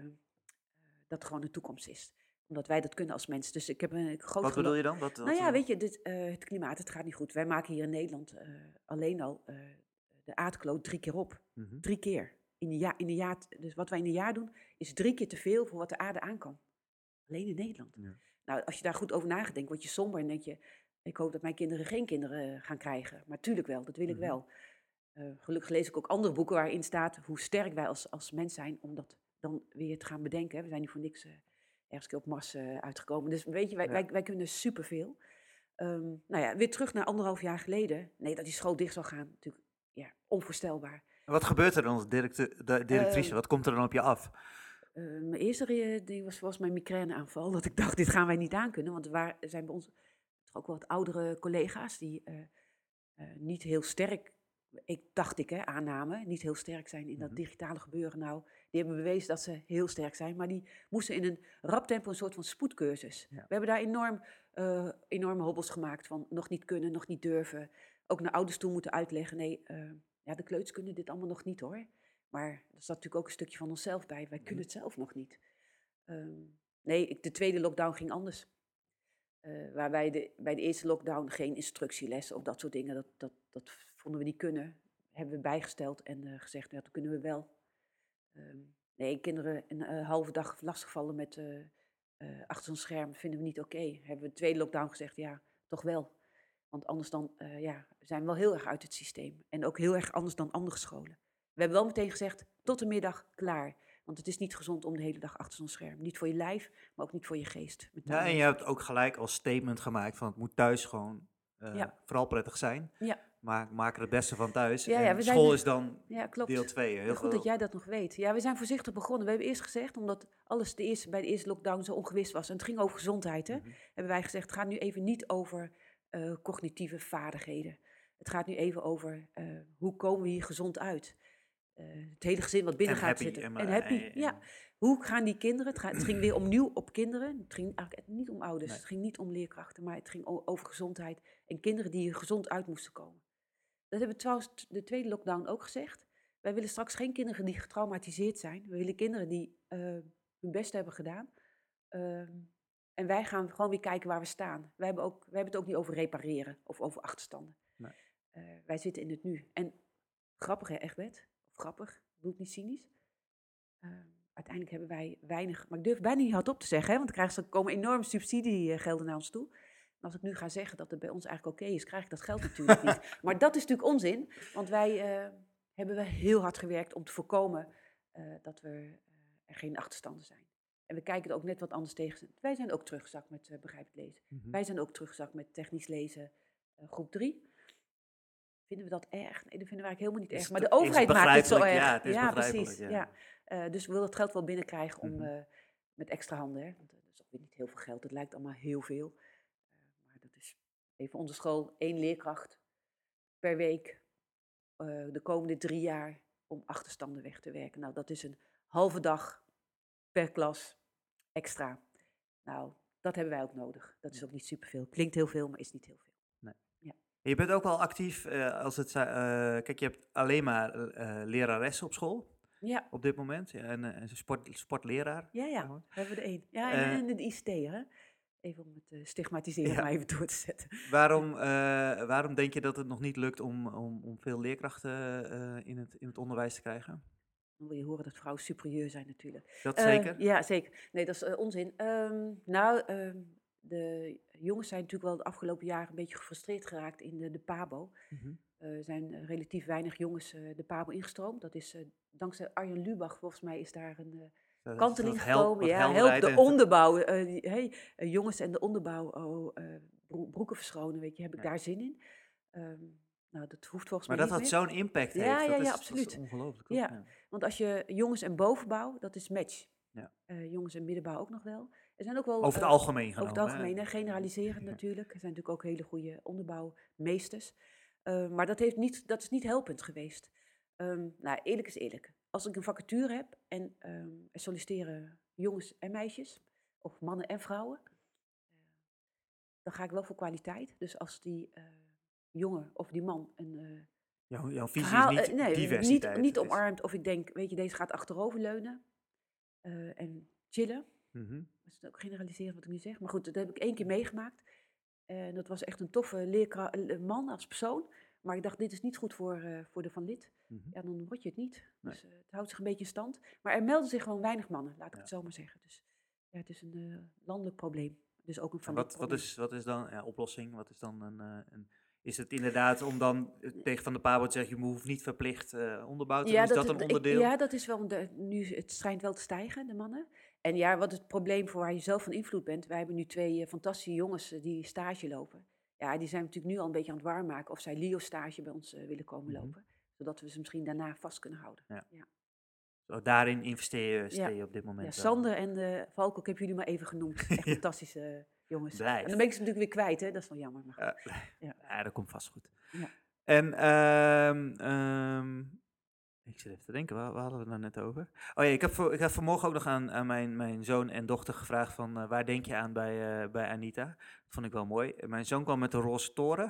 dat er gewoon een toekomst is. Omdat wij dat kunnen als mensen. Dus ik heb een groot Wat geloof. bedoel je dan? Wat, wat, Nou ja, eh, weet je, dit, eh, het klimaat, het gaat niet goed. Wij maken hier in Nederland eh, alleen al eh, de aardkloot drie keer op. mhm. Drie keer. In een jaar, in een jaar, dus wat wij in een jaar doen, is drie keer te veel voor wat de aarde aan kan. Alleen in Nederland. Ja. Nou, als je daar goed over nadenkt, word je somber en denk je, ik hoop dat mijn kinderen geen kinderen eh, gaan krijgen. Maar tuurlijk wel, dat wil ik Mhm. wel. Eh, gelukkig lees ik ook andere boeken waarin staat hoe sterk wij als, als mens zijn om dat dan weer te gaan bedenken. Hè. We zijn niet voor niks eh, ergens een keer op Mars eh, uitgekomen. Dus weet je, wij, Ja. wij, wij kunnen superveel. Ehm nou ja, weer terug naar anderhalf jaar geleden. Nee, dat die school dicht zou gaan, natuurlijk ja, onvoorstelbaar. En wat gebeurt er dan als directe- de directrice? Ehm, Wat komt er dan op je af? Eh, mijn eerste re- die was, was mijn migraineaanval. Dat ik dacht, dit gaan wij niet aankunnen. Want er waren- er zijn bij ons toch ook wel wat oudere collega's die eh, eh, niet heel sterk, ik dacht ik, hè, aannamen, niet heel sterk zijn in dat Mhm. digitale gebeuren. Nou, die hebben bewezen dat ze heel sterk zijn. Maar die moesten in een rap tempo een soort van spoedcursus. Ja. We hebben daar enorm, eh, enorme hobbels gemaakt van nog niet kunnen, nog niet durven. Ook naar ouders toe moeten uitleggen. Nee, eh, ja, de kleuters kunnen dit allemaal nog niet hoor. Maar er zat natuurlijk ook een stukje van onszelf bij. Wij kunnen het zelf nog niet. Ehm, nee, ik- de tweede lockdown ging anders. Eh waar wij de, bij de eerste lockdown geen instructielessen of dat soort dingen, dat, dat, dat vonden we niet kunnen. Hebben we bijgesteld en eh, gezegd, ja, dat kunnen we wel. Ehm, nee, kinderen een eh, halve dag lastigvallen met eh, eh, achter zo'n scherm vinden we niet oké. Hebben we de tweede lockdown gezegd, ja, toch wel. Want anders dan, eh, ja, zijn we wel heel erg uit het systeem. En ook heel erg anders dan andere scholen. We hebben wel meteen gezegd, tot de middag, klaar. Want het is niet gezond om de hele dag achter zo'n scherm. Niet voor je lijf, maar ook niet voor je geest. mentaal Ja, en je fysiek. hebt ook gelijk als statement gemaakt van het moet thuis gewoon eh, Ja. vooral prettig zijn. Ja, Maar maak er het beste van thuis. Ja, ja, en we zijn school dus- is dan ja klopt. deel twee. Heel Ja, goed veel. dat jij dat nog weet. Ja, we zijn voorzichtig begonnen. We hebben eerst gezegd, omdat alles de eerste, bij de eerste lockdown zo ongewis was. En het ging over gezondheid, hè. Mhm. Hebben wij gezegd, het gaat nu even niet over eh, cognitieve vaardigheden. Het gaat nu even over eh, hoe komen we hier gezond uit. Eh, het hele gezin wat binnen En gaat happy, zitten. en, En, eh, happy, en- ja. Hoe gaan die kinderen, het, gaat, het ging weer opnieuw op kinderen. Het ging eigenlijk niet om ouders, Nee. het ging niet om leerkrachten, maar het ging o- over gezondheid. En kinderen die er gezond uit moesten komen. Dat hebben we trouwens t- de tweede lockdown ook gezegd. Wij willen straks geen kinderen die getraumatiseerd zijn. We willen kinderen die eh, hun best hebben gedaan. Ehm, en wij gaan gewoon weer kijken waar we staan. Wij hebben, ook, wij hebben het ook niet over repareren of over achterstanden. Nee. Eh, wij zitten in het nu. En grappig hè, Egbert? Of grappig, ik bedoel het niet cynisch. Ehm, uiteindelijk hebben wij weinig, maar ik durf bijna niet hardop te zeggen, hè, want dan krijgen ze, komen enorme subsidiegelden naar ons toe. En als ik nu ga zeggen dat het bij ons eigenlijk oké is, krijg ik dat geld natuurlijk niet. Maar dat is natuurlijk onzin, want wij eh, hebben wel heel hard gewerkt om te voorkomen eh, dat we, eh, er geen achterstanden zijn. En we kijken er ook net wat anders tegen. Wij zijn ook teruggezakt met uh, begrijpelijk lezen. Mhm. Wij zijn ook teruggezakt met technisch lezen eh, groep drie. Vinden we dat erg? Nee, dat vinden we eigenlijk helemaal niet Is erg. Maar het- de is overheid maakt het zo begrijpelijk? erg. Ja, het is begrijpelijk, precies. ja. Ja. Eh, dus we willen het geld wel binnenkrijgen om Mhm. eh, met extra handen. Hè? Want, eh, is ook weer niet heel veel geld. Het lijkt allemaal heel veel. Uh, maar dat is even onze school, één leerkracht per week uh, de komende drie jaar om achterstanden weg te werken. Nou, dat is een halve dag per klas extra. Nou, dat hebben wij ook nodig. Dat is ook niet superveel. Klinkt heel veel, maar is niet heel veel. Nee. Ja. Je bent ook wel actief uh, als het... Uh, kijk, je hebt alleen maar uh, leraressen op school. Ja. Op dit moment. Ja, en uh, een sport, sportleraar. Ja, ja. Daar hebben we er één. Ja, en, uh, en de I C T, hè. Even om het uh, stigmatiseren ja. maar even door te zetten. Waarom, uh, waarom denk je dat het nog niet lukt om, om, om veel leerkrachten uh, in, het, in het onderwijs te krijgen? Dan wil je horen dat vrouwen superieur zijn natuurlijk. Dat uh, zeker? Ja, zeker. Nee, dat is uh, onzin. Um, nou, um, de jongens zijn natuurlijk wel de afgelopen jaren een beetje gefrustreerd geraakt in de, de PABO. Mm-hmm. Er uh, zijn uh, relatief weinig jongens uh, de PABO ingestroomd. Dat is uh, dankzij Arjen Lubach, volgens mij is daar een uh, uh, kanteling gekomen. Ja, help de onderbouw. Uh, hey, uh, jongens en de onderbouw, oh, uh, bro- broeken verschonen, weet je, heb ik ja. daar zin in. Um, Nou, dat hoeft volgens maar mij dat niet dat zo'n impact heeft, ja, ja, dat, ja, is, absoluut. dat is ongelooflijk. Ja. ja, want als je jongens en bovenbouw, dat is match. Ja. Uh, jongens en middenbouw ook nog wel. Er zijn ook wel over het uh, algemeen genomen. Over het algemeen, hè, generaliserend natuurlijk. Er zijn natuurlijk ook hele goede onderbouwmeesters. Uh, maar dat, heeft niet, dat is niet helpend geweest. Um, nou, eerlijk is eerlijk. Als ik een vacature heb en um, er solliciteren jongens en meisjes, of mannen en vrouwen, uh, dan ga ik wel voor kwaliteit. Dus als die uh, jongen of die man een... Uh, Jouw, jouw visie verhaal, is niet uh, nee, diversiteit. Niet, niet omarmd of ik denk, weet je, deze gaat achteroverleunen uh, en chillen. Mm-hmm. Dat is ook generaliseren wat ik nu zeg. Maar goed, dat heb ik één keer meegemaakt. En uh, dat was echt een toffe leerkra- man als persoon. Maar ik dacht, dit is niet goed voor, uh, voor de Van Lith. Mm-hmm. Ja, dan word je het niet. Nee. Dus uh, het houdt zich een beetje in stand. Maar er melden zich gewoon weinig mannen, laat ik ja. het zo maar zeggen. Dus ja, het is een uh, landelijk probleem. Dus ook een Van Lith probleem. Wat is, wat is dan ja, oplossing? Wat is dan een... Uh, een Is het inderdaad om dan tegen Van de Pabo te zeggen, je hoeft niet verplicht uh, onderbouw te doen? Ja, is dat, dat een onderdeel? Ik, ja, dat is wel, de, nu, het schijnt wel te stijgen, de mannen. En ja, wat het probleem voor waar je zelf van invloed bent. Wij hebben nu twee uh, fantastische jongens uh, die stage lopen. Ja, die zijn natuurlijk nu al een beetje aan het waarmaken of zij L I O stage bij ons uh, willen komen mm-hmm. lopen. Zodat we ze misschien daarna vast kunnen houden. Ja. Ja. Zo, daarin investeer je, ja. op dit moment. Ja, Sander en uh, Valko, ik heb jullie maar even genoemd. Echt fantastische uh, jongens. Blijf. En dan ben ik ze natuurlijk weer kwijt, hè? Dat is wel jammer. Maar goed. Uh, ja. ja, dat komt vast goed. Ja. En um, um, ik zit even te denken, waar, waar hadden we het nou net over? Oh ja, ik heb, voor, ik heb vanmorgen ook nog aan, aan mijn, mijn zoon en dochter gevraagd van uh, waar denk je aan bij, uh, bij Anita? Dat vond ik wel mooi. Mijn zoon kwam met de roze toren.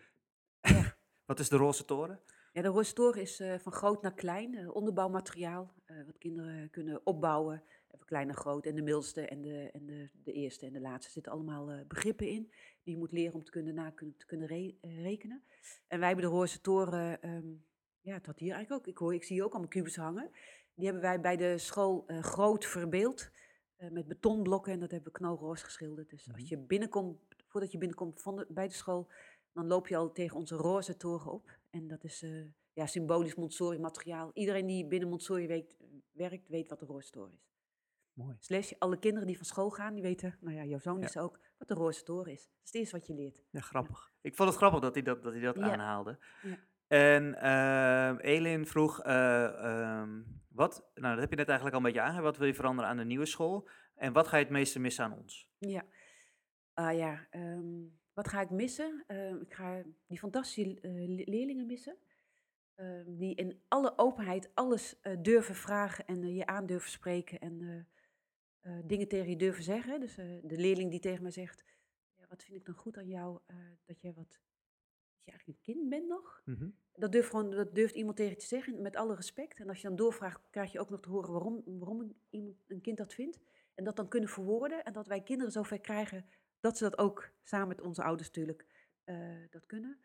Ja. Wat is de roze toren? Ja, de roze toren is uh, van groot naar klein, uh, onderbouwmateriaal, uh, wat kinderen kunnen opbouwen, van klein naar groot. En de middelste en de, en de, de eerste en de laatste zitten allemaal uh, begrippen in, die je moet leren om te kunnen, na, te kunnen re- uh, rekenen. En wij hebben de roze toren, um, ja, het had hier eigenlijk ook, ik, hoor, ik zie hier ook allemaal kubus hangen. Die hebben wij bij de school uh, groot verbeeld, uh, met betonblokken en dat hebben we knalroze geschilderd. Dus mm-hmm. als je binnenkomt, voordat je binnenkomt van de, bij de school, dan loop je al tegen onze roze toren op. En dat is uh, ja, symbolisch Montessori-materiaal. Iedereen die binnen Montessori weet, werkt, weet wat de roze toren is. Mooi. Slash, alle kinderen die van school gaan, die weten, nou ja, jouw zoon ja. is ook, wat de roze toren is. Dat is het eerste wat je leert. Ja, grappig. Ja. Ik vond het grappig dat hij dat, dat, hij dat ja. aanhaalde. Ja. En uh, Elin vroeg, uh, um, wat, nou dat heb je net eigenlijk al een beetje aangegeven, wat wil je veranderen aan de nieuwe school? En wat ga je het meeste missen aan ons? Ja, uh, ja um, wat ga ik missen? Uh, ik ga die fantastische uh, leerlingen missen. Uh, die in alle openheid alles uh, durven vragen en uh, je aan durven spreken en uh, uh, dingen tegen je durven zeggen. Dus uh, de leerling die tegen mij zegt, ja, wat vind ik dan goed aan jou, uh, dat jij wat, dat je eigenlijk een kind bent nog. Mm-hmm. Dat, durft gewoon, dat durft iemand tegen je te zeggen, met alle respect. En als je dan doorvraagt, krijg je ook nog te horen waarom, waarom een, iemand, een kind dat vindt. En dat dan kunnen verwoorden en dat wij kinderen zover krijgen dat ze dat ook, samen met onze ouders natuurlijk, uh, dat kunnen.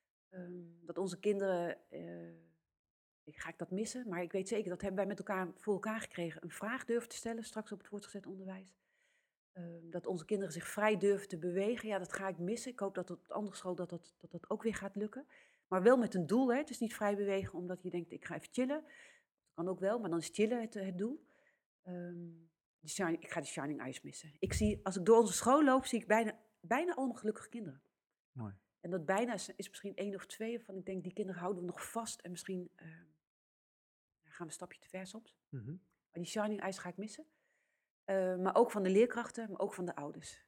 Um, dat onze kinderen, uh, ga ik dat missen, maar ik weet zeker, dat hebben wij met elkaar voor elkaar gekregen, een vraag durven te stellen, straks op het voortgezet onderwijs. Uh, dat onze kinderen zich vrij durven te bewegen, ja, dat ga ik missen. Ik hoop dat op de andere school dat dat, dat dat ook weer gaat lukken. Maar wel met een doel, hè. Het is niet vrij bewegen omdat je denkt, ik ga even chillen. Dat kan ook wel, maar dan is chillen het, het doel. Um, die shine, ik ga die shining eyes missen. Ik zie, als ik door onze school loop, zie ik bijna, bijna allemaal gelukkige kinderen. Mooi. En dat bijna is, is misschien één of twee, waarvan ik denk, die kinderen houden we nog vast. En misschien uh, gaan we een stapje te ver soms. Mm-hmm. Maar die shining eyes ga ik missen. Uh, maar ook van de leerkrachten, maar ook van de ouders.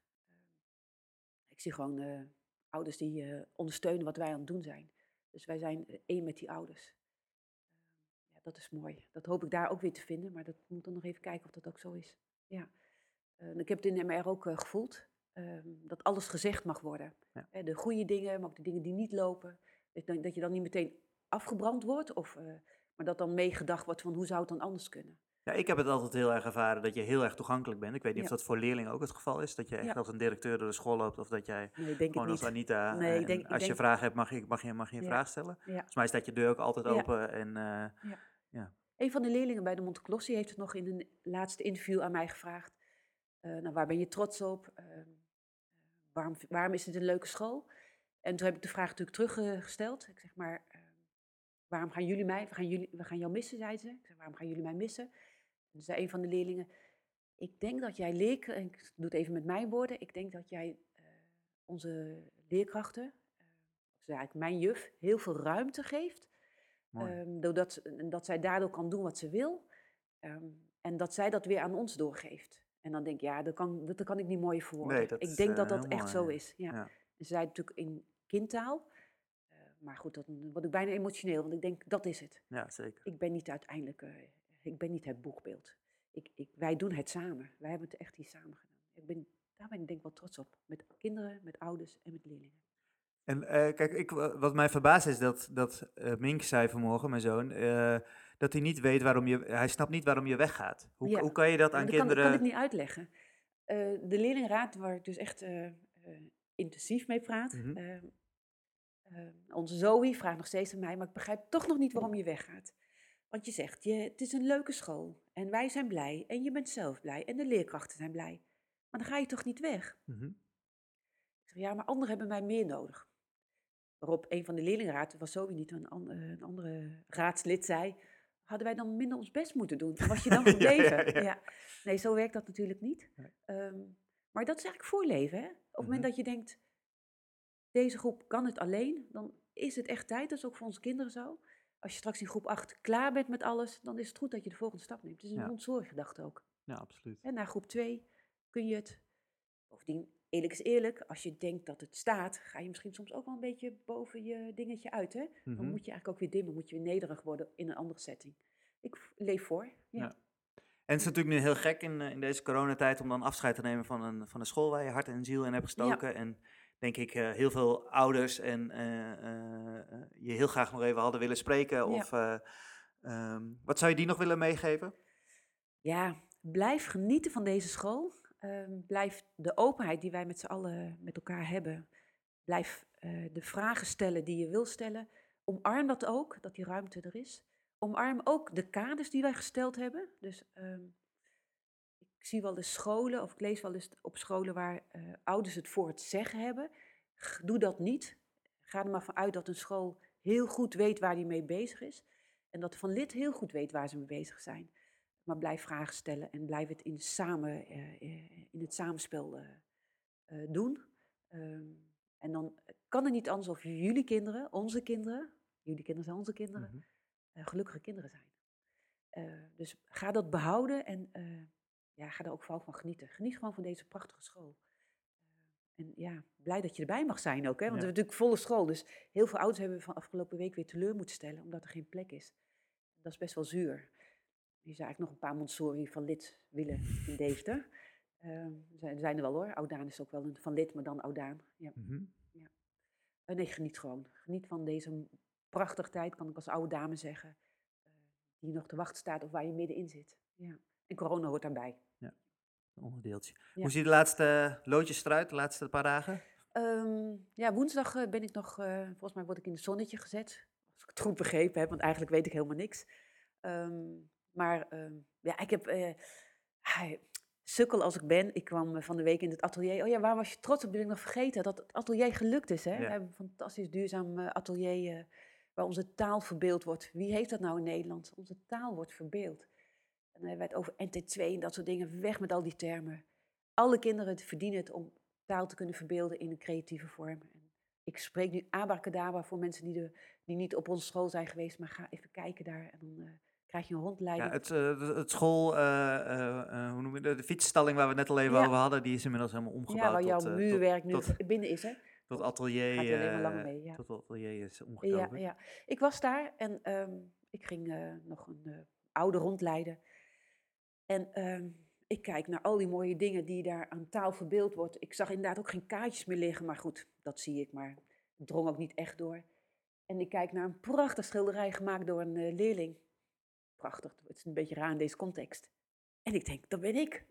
Ik zie gewoon uh, ouders die uh, ondersteunen wat wij aan het doen zijn. Dus wij zijn uh, één met die ouders. Uh, ja, dat is mooi. Dat hoop ik daar ook weer te vinden, maar dat moet dan nog even kijken of dat ook zo is. Ja. Uh, ik heb het in de M R ook uh, gevoeld, uh, dat alles gezegd mag worden. Ja. Uh, de goede dingen, maar ook de dingen die niet lopen. Dat, dat je dan niet meteen afgebrand wordt, of, uh, maar dat dan meegedacht wordt van hoe zou het dan anders kunnen. Ja, ik heb het altijd heel erg ervaren dat je heel erg toegankelijk bent. Ik weet niet Ja. of dat voor leerlingen ook het geval is. Dat je echt Ja. als een directeur door de school loopt. Of dat jij Nee, denk gewoon het als niet. Anita, Nee, en ik denk, ik als je denk... vragen hebt, mag je, mag je, mag je een Ja. vraag stellen. Ja. Volgens mij staat je deur ook altijd Ja. open. En, uh, ja. ja. Een van de leerlingen bij de Montecolossi heeft het nog in een laatste interview aan mij gevraagd. Uh, nou, waar ben je trots op? Uh, waarom, waarom is het een leuke school? En toen heb ik de vraag natuurlijk teruggesteld. Ik zeg maar, uh, waarom gaan jullie mij, we gaan, jullie, we gaan jou missen, zei ze. Ik zeg, waarom gaan jullie mij missen? En toen zei een van de leerlingen, ik denk dat jij leerkrachten, ik doe het even met mijn woorden, ik denk dat jij uh, onze leerkrachten, uh, dus eigenlijk mijn juf, heel veel ruimte geeft. Um, doordat dat zij daardoor kan doen wat ze wil. Um, en dat zij dat weer aan ons doorgeeft. En dan denk ik, ja, dat kan, dat kan ik niet mooi verwoorden. Nee, dat ik is, denk uh, dat dat echt mooi, zo ja. is. Ja. Ja. En ze zei natuurlijk in kindtaal. Uh, maar goed, dan word ik bijna emotioneel. Want ik denk, dat is het. Ja, zeker. Ik ben niet uiteindelijk, uh, ik ben niet het boegbeeld. Ik, ik, wij doen het samen. Wij hebben het echt hier samen gedaan. Ik ben, daar ben ik denk ik wel trots op. Met kinderen, met ouders en met leerlingen. En uh, kijk, ik, wat mij verbaast is dat, dat uh, Mink zei vanmorgen, mijn zoon, uh, dat hij niet weet waarom je, hij snapt niet waarom je weggaat. Hoe, ja. hoe kan je dat aan dat kinderen... Dat kan, kan ik niet uitleggen. Uh, de leerlingenraad, waar ik dus echt uh, uh, intensief mee praat. Mm-hmm. uh, uh, onze Zoe vraagt nog steeds aan mij, maar ik begrijp toch nog niet waarom je weggaat. Want je zegt, je, het is een leuke school en wij zijn blij en je bent zelf blij en de leerkrachten zijn blij. Maar dan ga je toch niet weg? Mm-hmm. Ik zeg, ja, maar anderen hebben mij meer nodig. Waarop een van de leerlingenraad, was Zoe niet, een, an, een andere raadslid, zei, hadden wij dan minder ons best moeten doen? Was je dan gebleven? ja, ja, ja. Ja. Nee, zo werkt dat natuurlijk niet. Nee. Um, maar dat is eigenlijk voorleven. Hè? Op het mm-hmm. moment dat je denkt, deze groep kan het alleen, dan is het echt tijd. Dat is ook voor onze kinderen zo. Als je straks in groep acht klaar bent met alles, dan is het goed dat je de volgende stap neemt. Het is een ja. Montessori-gedachte ook. Ja, absoluut. En na groep twee kun je het, bovendien, eerlijk is eerlijk, als je denkt dat het staat, ga je misschien soms ook wel een beetje boven je dingetje uit. Hè? Mm-hmm. Dan moet je eigenlijk ook weer dimmen, moet je weer nederig worden in een andere setting. Ik leef voor, ja. ja. En het is natuurlijk nu heel gek in, in deze coronatijd om dan afscheid te nemen van een, van een school waar je hart en ziel in hebt gestoken. Ja. En denk ik uh, heel veel ouders en uh, uh, je heel graag nog even hadden willen spreken. Of, ja. uh, um, wat zou je die nog willen meegeven? Ja, blijf genieten van deze school. Uh, blijf de openheid die wij met z'n allen met elkaar hebben. Blijf uh, de vragen stellen die je wil stellen. Omarm dat ook, dat die ruimte er is. Omarm ook de kaders die wij gesteld hebben. Dus um, ik zie wel eens scholen, of ik lees wel eens op scholen waar uh, ouders het voor het zeggen hebben. Doe dat niet. Ga er maar vanuit dat een school heel goed weet waar die mee bezig is. En dat Van Lith heel goed weet waar ze mee bezig zijn. Maar blijf vragen stellen en blijf het in, samen, uh, in het samenspel uh, uh, doen. Um, en dan kan het niet anders of jullie kinderen, onze kinderen, jullie kinderen zijn onze kinderen, mm-hmm. uh, gelukkige kinderen zijn. Uh, dus ga dat behouden en uh, ja, ga er ook vooral van genieten. Geniet gewoon van deze prachtige school. Uh, en ja, blij dat je erbij mag zijn ook, hè? Want ja. we hebben natuurlijk volle school. Dus heel veel ouders hebben we van afgelopen week weer teleur moeten stellen, omdat er geen plek is. Dat is best wel zuur. Je zou eigenlijk nog een paar Montessori van Lith willen in Deventer. Uh, er zijn er wel hoor. Oudaan is ook wel een van Lith, maar dan Oudaan. Ja. Mm-hmm. Ja. Uh, nee, geniet gewoon. Geniet van deze prachtige tijd, kan ik als oude dame zeggen. Uh, die nog te wachten staat of waar je middenin zit. Ja. En corona hoort daarbij. Ja, een onderdeeltje. Ja. Hoe ziet de laatste loodjes eruit, de laatste paar dagen? Um, ja, woensdag uh, ben ik nog, uh, volgens mij word ik in het zonnetje gezet. Als ik het goed begrepen heb, want eigenlijk weet ik helemaal niks. Um, Maar uh, ja, ik heb, uh, sukkel als ik ben, ik kwam van de week in het atelier. Oh ja, waar was je trots op? Ben ik nog vergeten dat het atelier gelukt is. Hè? Ja. We hebben een fantastisch duurzaam uh, atelier uh, waar onze taal verbeeld wordt. Wie heeft dat nou in Nederland? Onze taal wordt verbeeld. En dan hebben we het over N T twee en dat soort dingen. Weg met al die termen. Alle kinderen verdienen het om taal te kunnen verbeelden in een creatieve vorm. En ik spreek nu abracadabra voor mensen die, de, die niet op onze school zijn geweest, maar ga even kijken daar en dan... Uh, krijg je een rondleiding. Ja, het, uh, het school, uh, uh, hoe noem je de, de fietsstalling waar we het net al even Ja. over hadden, die is inmiddels helemaal Ja, omgebouwd waar jouw tot, uh, tot, muurwerk nu tot, binnen is, hè? tot atelier, Gaat hij alleen maar langer uh, mee, ja. tot atelier is Ja, omgetoverd. ja. Ik was daar en um, ik ging uh, nog een uh, oude rondleiden. En um, ik kijk naar al die mooie dingen die daar aan taal verbeeld wordt. Ik zag inderdaad ook geen kaartjes meer liggen, maar goed, dat zie ik, maar het drong ook niet echt door. En ik kijk naar een prachtig schilderij gemaakt door een uh, leerling. Prachtig, het is een beetje raar in deze context. En ik denk, dat ben ik.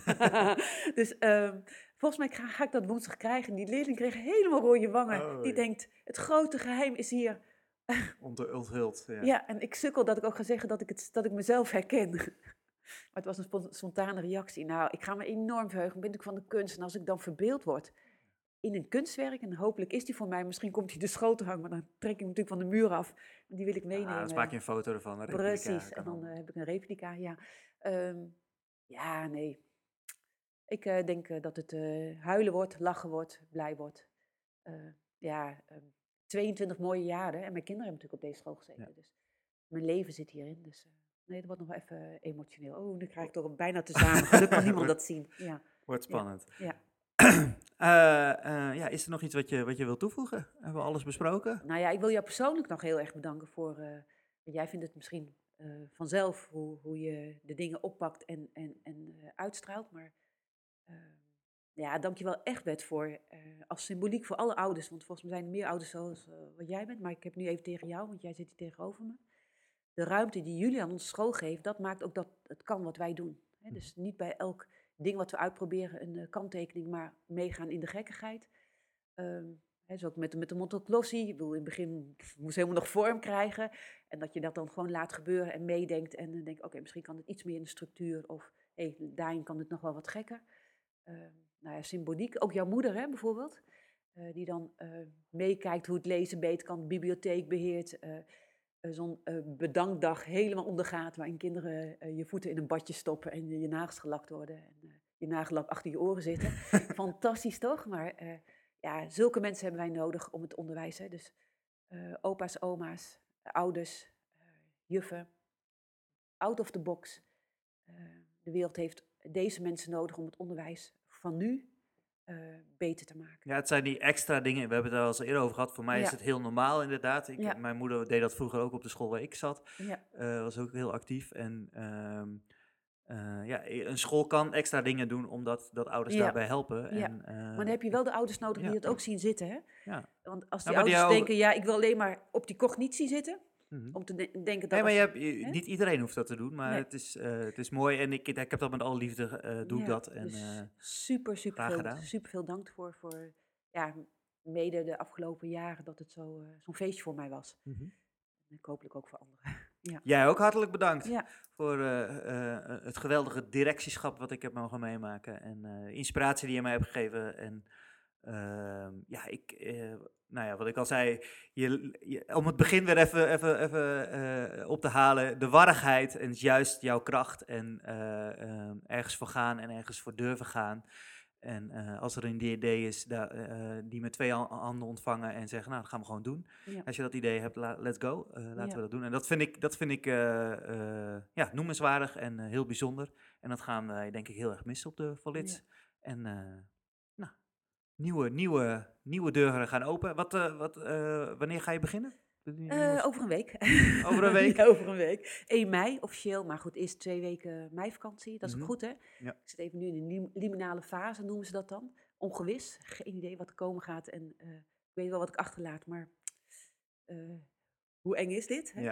Dus um, volgens mij ga, ga ik dat woensdag krijgen. Die leerling kreeg helemaal rode wangen. Oh, die ja. denkt, het grote geheim is hier. Ont- onthuld, ja. Ja, en ik sukkel dat ik ook ga zeggen dat ik, het, dat ik mezelf herken. Maar het was een spo- spontane reactie. Nou, ik ga me enorm verheugen. Ik ben natuurlijk van de kunst. En als ik dan verbeeld word in een kunstwerk, en hopelijk is die voor mij, misschien komt hij de school te hangen, maar dan trek ik hem natuurlijk van de muur af. Die wil ik meenemen. Ah, dan maak je een foto ervan, een replica. Precies, en kan dan dan. uh, heb ik een replica, ja. Um, ja, nee. Ik uh, denk uh, dat het uh, huilen wordt, lachen wordt, blij wordt. Uh, ja, um, tweeëntwintig mooie jaren. En mijn kinderen hebben natuurlijk op deze school gezeten. Ja. Dus mijn leven zit hierin. Dus uh, nee, dat wordt nog wel even emotioneel. Oh, nu krijg ik toch bijna tezamen. Gelukkig kan niemand dat zien. Ja. Wordt spannend. Ja. Ja. uh, uh, ja, is er nog iets wat je, wat je wilt toevoegen? Hebben we alles besproken? Nou ja, ik wil jou persoonlijk nog heel erg bedanken voor... Uh, jij vindt het misschien uh, vanzelf hoe, hoe je de dingen oppakt en, en, en uh, uitstraalt. Maar uh, ja, dank je wel echt, Bert, voor uh, als symboliek voor alle ouders. Want volgens mij zijn er meer ouders zoals uh, wat jij bent. Maar ik heb nu even tegen jou, want jij zit hier tegenover me. De ruimte die jullie aan onze school geven, dat maakt ook dat het kan wat wij doen. He, dus niet bij elk ding wat we uitproberen een uh, kanttekening, maar meegaan in de gekkigheid. Um, he, dus ook met, met de Montelclossi. Ik bedoel, in het begin moest helemaal nog vorm krijgen. En dat je dat dan gewoon laat gebeuren en meedenkt. En dan denk ik, oké, okay, misschien kan het iets meer in de structuur. Of hey, daarin kan het nog wel wat gekker. Uh, nou ja, symboliek. Ook jouw moeder, hè, bijvoorbeeld. Uh, die dan uh, meekijkt hoe het lezen beter kan, de bibliotheek beheert. Uh, uh, Zo'n uh, bedankdag helemaal ondergaat, waarin kinderen uh, je voeten in een badje stoppen en uh, je nagels gelakt worden. En uh, je nagellak achter je oren zitten. Fantastisch toch? Maar uh, ja, zulke mensen hebben wij nodig om het onderwijs. Hè? Dus uh, opa's, oma's, uh, ouders, uh, juffen, out of the box. Uh, de wereld heeft deze mensen nodig om het onderwijs van nu uh, beter te maken. Ja, het zijn die extra dingen. We hebben het er al eens eerder over gehad. Voor mij Ja. is het heel normaal inderdaad. Ik, Ja. Mijn moeder deed dat vroeger ook op de school waar ik zat. Ja. Uh, was ook heel actief. En um, uh, ja, een school kan extra dingen doen omdat dat ouders Ja. daarbij helpen. Ja. En, uh, maar dan heb je wel de ouders nodig ja. die dat ook zien zitten. Hè? Ja. Want als die ja, ouders die denken, ja, ik wil alleen maar op die cognitie zitten. Mm-hmm. Om te de- denken dat... Nee, maar je als, hebt, je, niet iedereen hoeft dat te doen, maar nee. het, is, uh, het is mooi. En ik, ik heb dat met alle liefde, uh, doe ja, ik dat. En, dus uh, super, super graag veel, gedaan. super veel dank voor, voor ja, mede de afgelopen jaren dat het zo, uh, zo'n feestje voor mij was. Mm-hmm. En ik hopelijk ook voor anderen. Ja. Jij ook hartelijk bedankt Ja. voor uh, uh, het geweldige directieschap wat ik heb mogen meemaken. En uh, de inspiratie die je mij hebt gegeven. En uh, ja, ik, uh, nou ja, wat ik al zei, je, je, om het begin weer even, even, even uh, op te halen. De warrigheid en juist jouw kracht. En uh, uh, ergens voor gaan en ergens voor durven gaan. En uh, als er een idee is, da, uh, die met twee handen ontvangen en zeggen, nou, dat gaan we gewoon doen. Ja. Als je dat idee hebt, la, let's go, uh, laten ja. we dat doen. En dat vind ik, dat vind ik uh, uh, ja, noemenswaardig en uh, heel bijzonder. En dat gaan wij denk ik heel erg missen op de Valits. Ja. En uh, nou, nieuwe, nieuwe, nieuwe deuren gaan open. Wat, uh, wat, uh, wanneer ga je beginnen? Uh, over een week. Over een week? Ja, over een week. één mei officieel, maar goed, eerst twee weken meivakantie. Dat is mm-hmm. ook goed, hè? Ja. Ik zit even nu in een lim- liminale fase, noemen ze dat dan. Ongewis, geen idee wat er komen gaat. En uh, ik weet wel wat ik achterlaat, maar uh, hoe eng is dit? Hè? Ja.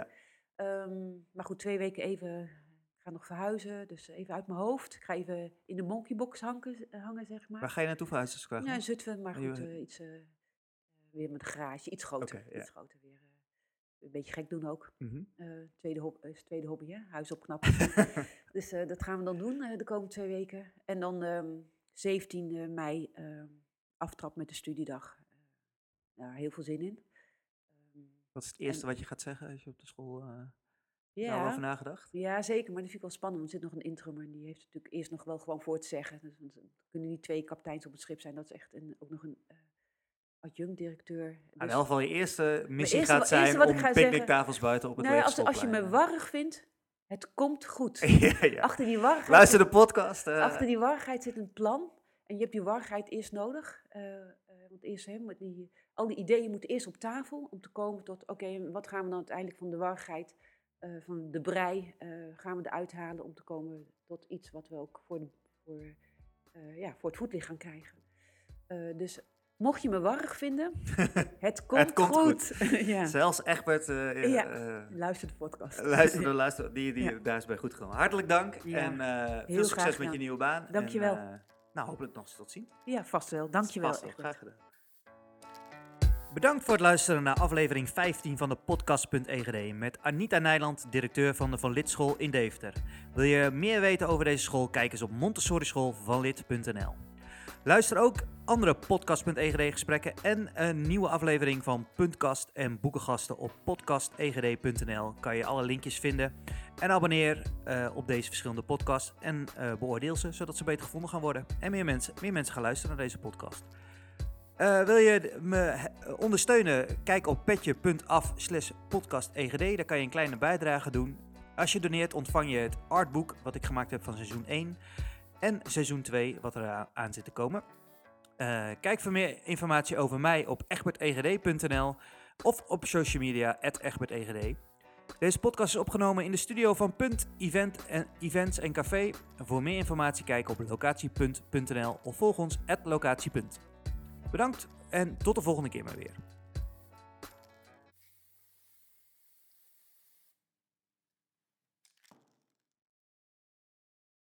Um, maar goed, twee weken even, ik ga nog verhuizen, dus even uit mijn hoofd. Ik ga even in de monkeybox hangen, hangen zeg maar. Waar ga je naartoe verhuizen? Ja, in Zutphen, maar goed, je... uh, iets, uh, weer met een garage, iets groter. Okay, ja. Iets groter weer. Een beetje gek doen ook. Mm-hmm. Uh, tweede, ho- uh, tweede hobby, hè? Huis opknappen. Dus uh, dat gaan we dan doen uh, de komende twee weken. En dan um, zeventien mei uh, aftrap met de studiedag. Uh, daar heel veel zin in. Um, wat is het eerste en, wat je gaat zeggen als je op de school uh, ja, nou over nagedacht? Ja, zeker. Maar dat vind ik wel spannend. Want er zit nog een interim en die heeft natuurlijk eerst nog wel gewoon voor te zeggen. Dus, er kunnen niet twee kapiteins op het schip zijn. Dat is echt een, ook nog een... Uh, adjunct-directeur. Dus in elk geval je eerste missie eerste, gaat zijn om picknicktafels buiten op het nou ja, Wetenschapsplein. als, als je me warrig vindt, Het komt goed. ja, ja. Achter die warrigheid, Luister de podcast. Uh, achter die warrigheid zit een plan. En je hebt die warrigheid eerst nodig. Uh, uh, want eerst, hè, met die, al die ideeën moeten eerst op tafel om te komen tot, oké, okay, wat gaan we dan uiteindelijk van de warrigheid, uh, van de brei, uh, gaan we eruit halen om te komen tot iets wat we ook voor, de, voor, uh, ja, voor het voetlichaam krijgen. Uh, dus mocht je me warrig vinden, het komt, het komt goed. goed. ja. Zelfs Egbert, uh, ja, uh, luister de podcast. luister, luister, die, die, ja. Daar is bij goed gekomen. Hartelijk dank ja. en uh, veel succes met je nieuwe baan. Dank je wel. En, uh, nou, hopelijk nog eens tot ziens. Ja, vast wel. Dank je wel. Vast wel. Graag gedaan. Bedankt voor het luisteren naar aflevering vijftien van de podcast.egd met Anita Nijland, directeur van de Van Lith School in Deventer. Wil je meer weten over deze school? Kijk eens op montessorischool van lith punt n l. Luister ook andere podcast.egd gesprekken en een nieuwe aflevering van Puntkast en Boekengasten op podcast punt e g d punt n l. Kan je alle linkjes vinden en abonneer uh, op deze verschillende podcasts en uh, beoordeel ze, zodat ze beter gevonden gaan worden en meer mensen, meer mensen gaan luisteren naar deze podcast. Uh, wil je me ondersteunen? Kijk op petje.af slash podcastegd. Daar kan je een kleine bijdrage doen. Als je doneert ontvang je het artboek wat ik gemaakt heb van seizoen één en seizoen twee wat er aan zit te komen. Uh, kijk voor meer informatie over mij op egbert e g d punt n l of op social media at egbert e g d. Deze podcast is opgenomen in de studio van Punt Event en Events en Café. Voor meer informatie kijk op locatiepunt punt n l of volg ons at locatiepunt. Bedankt en tot de volgende keer maar weer.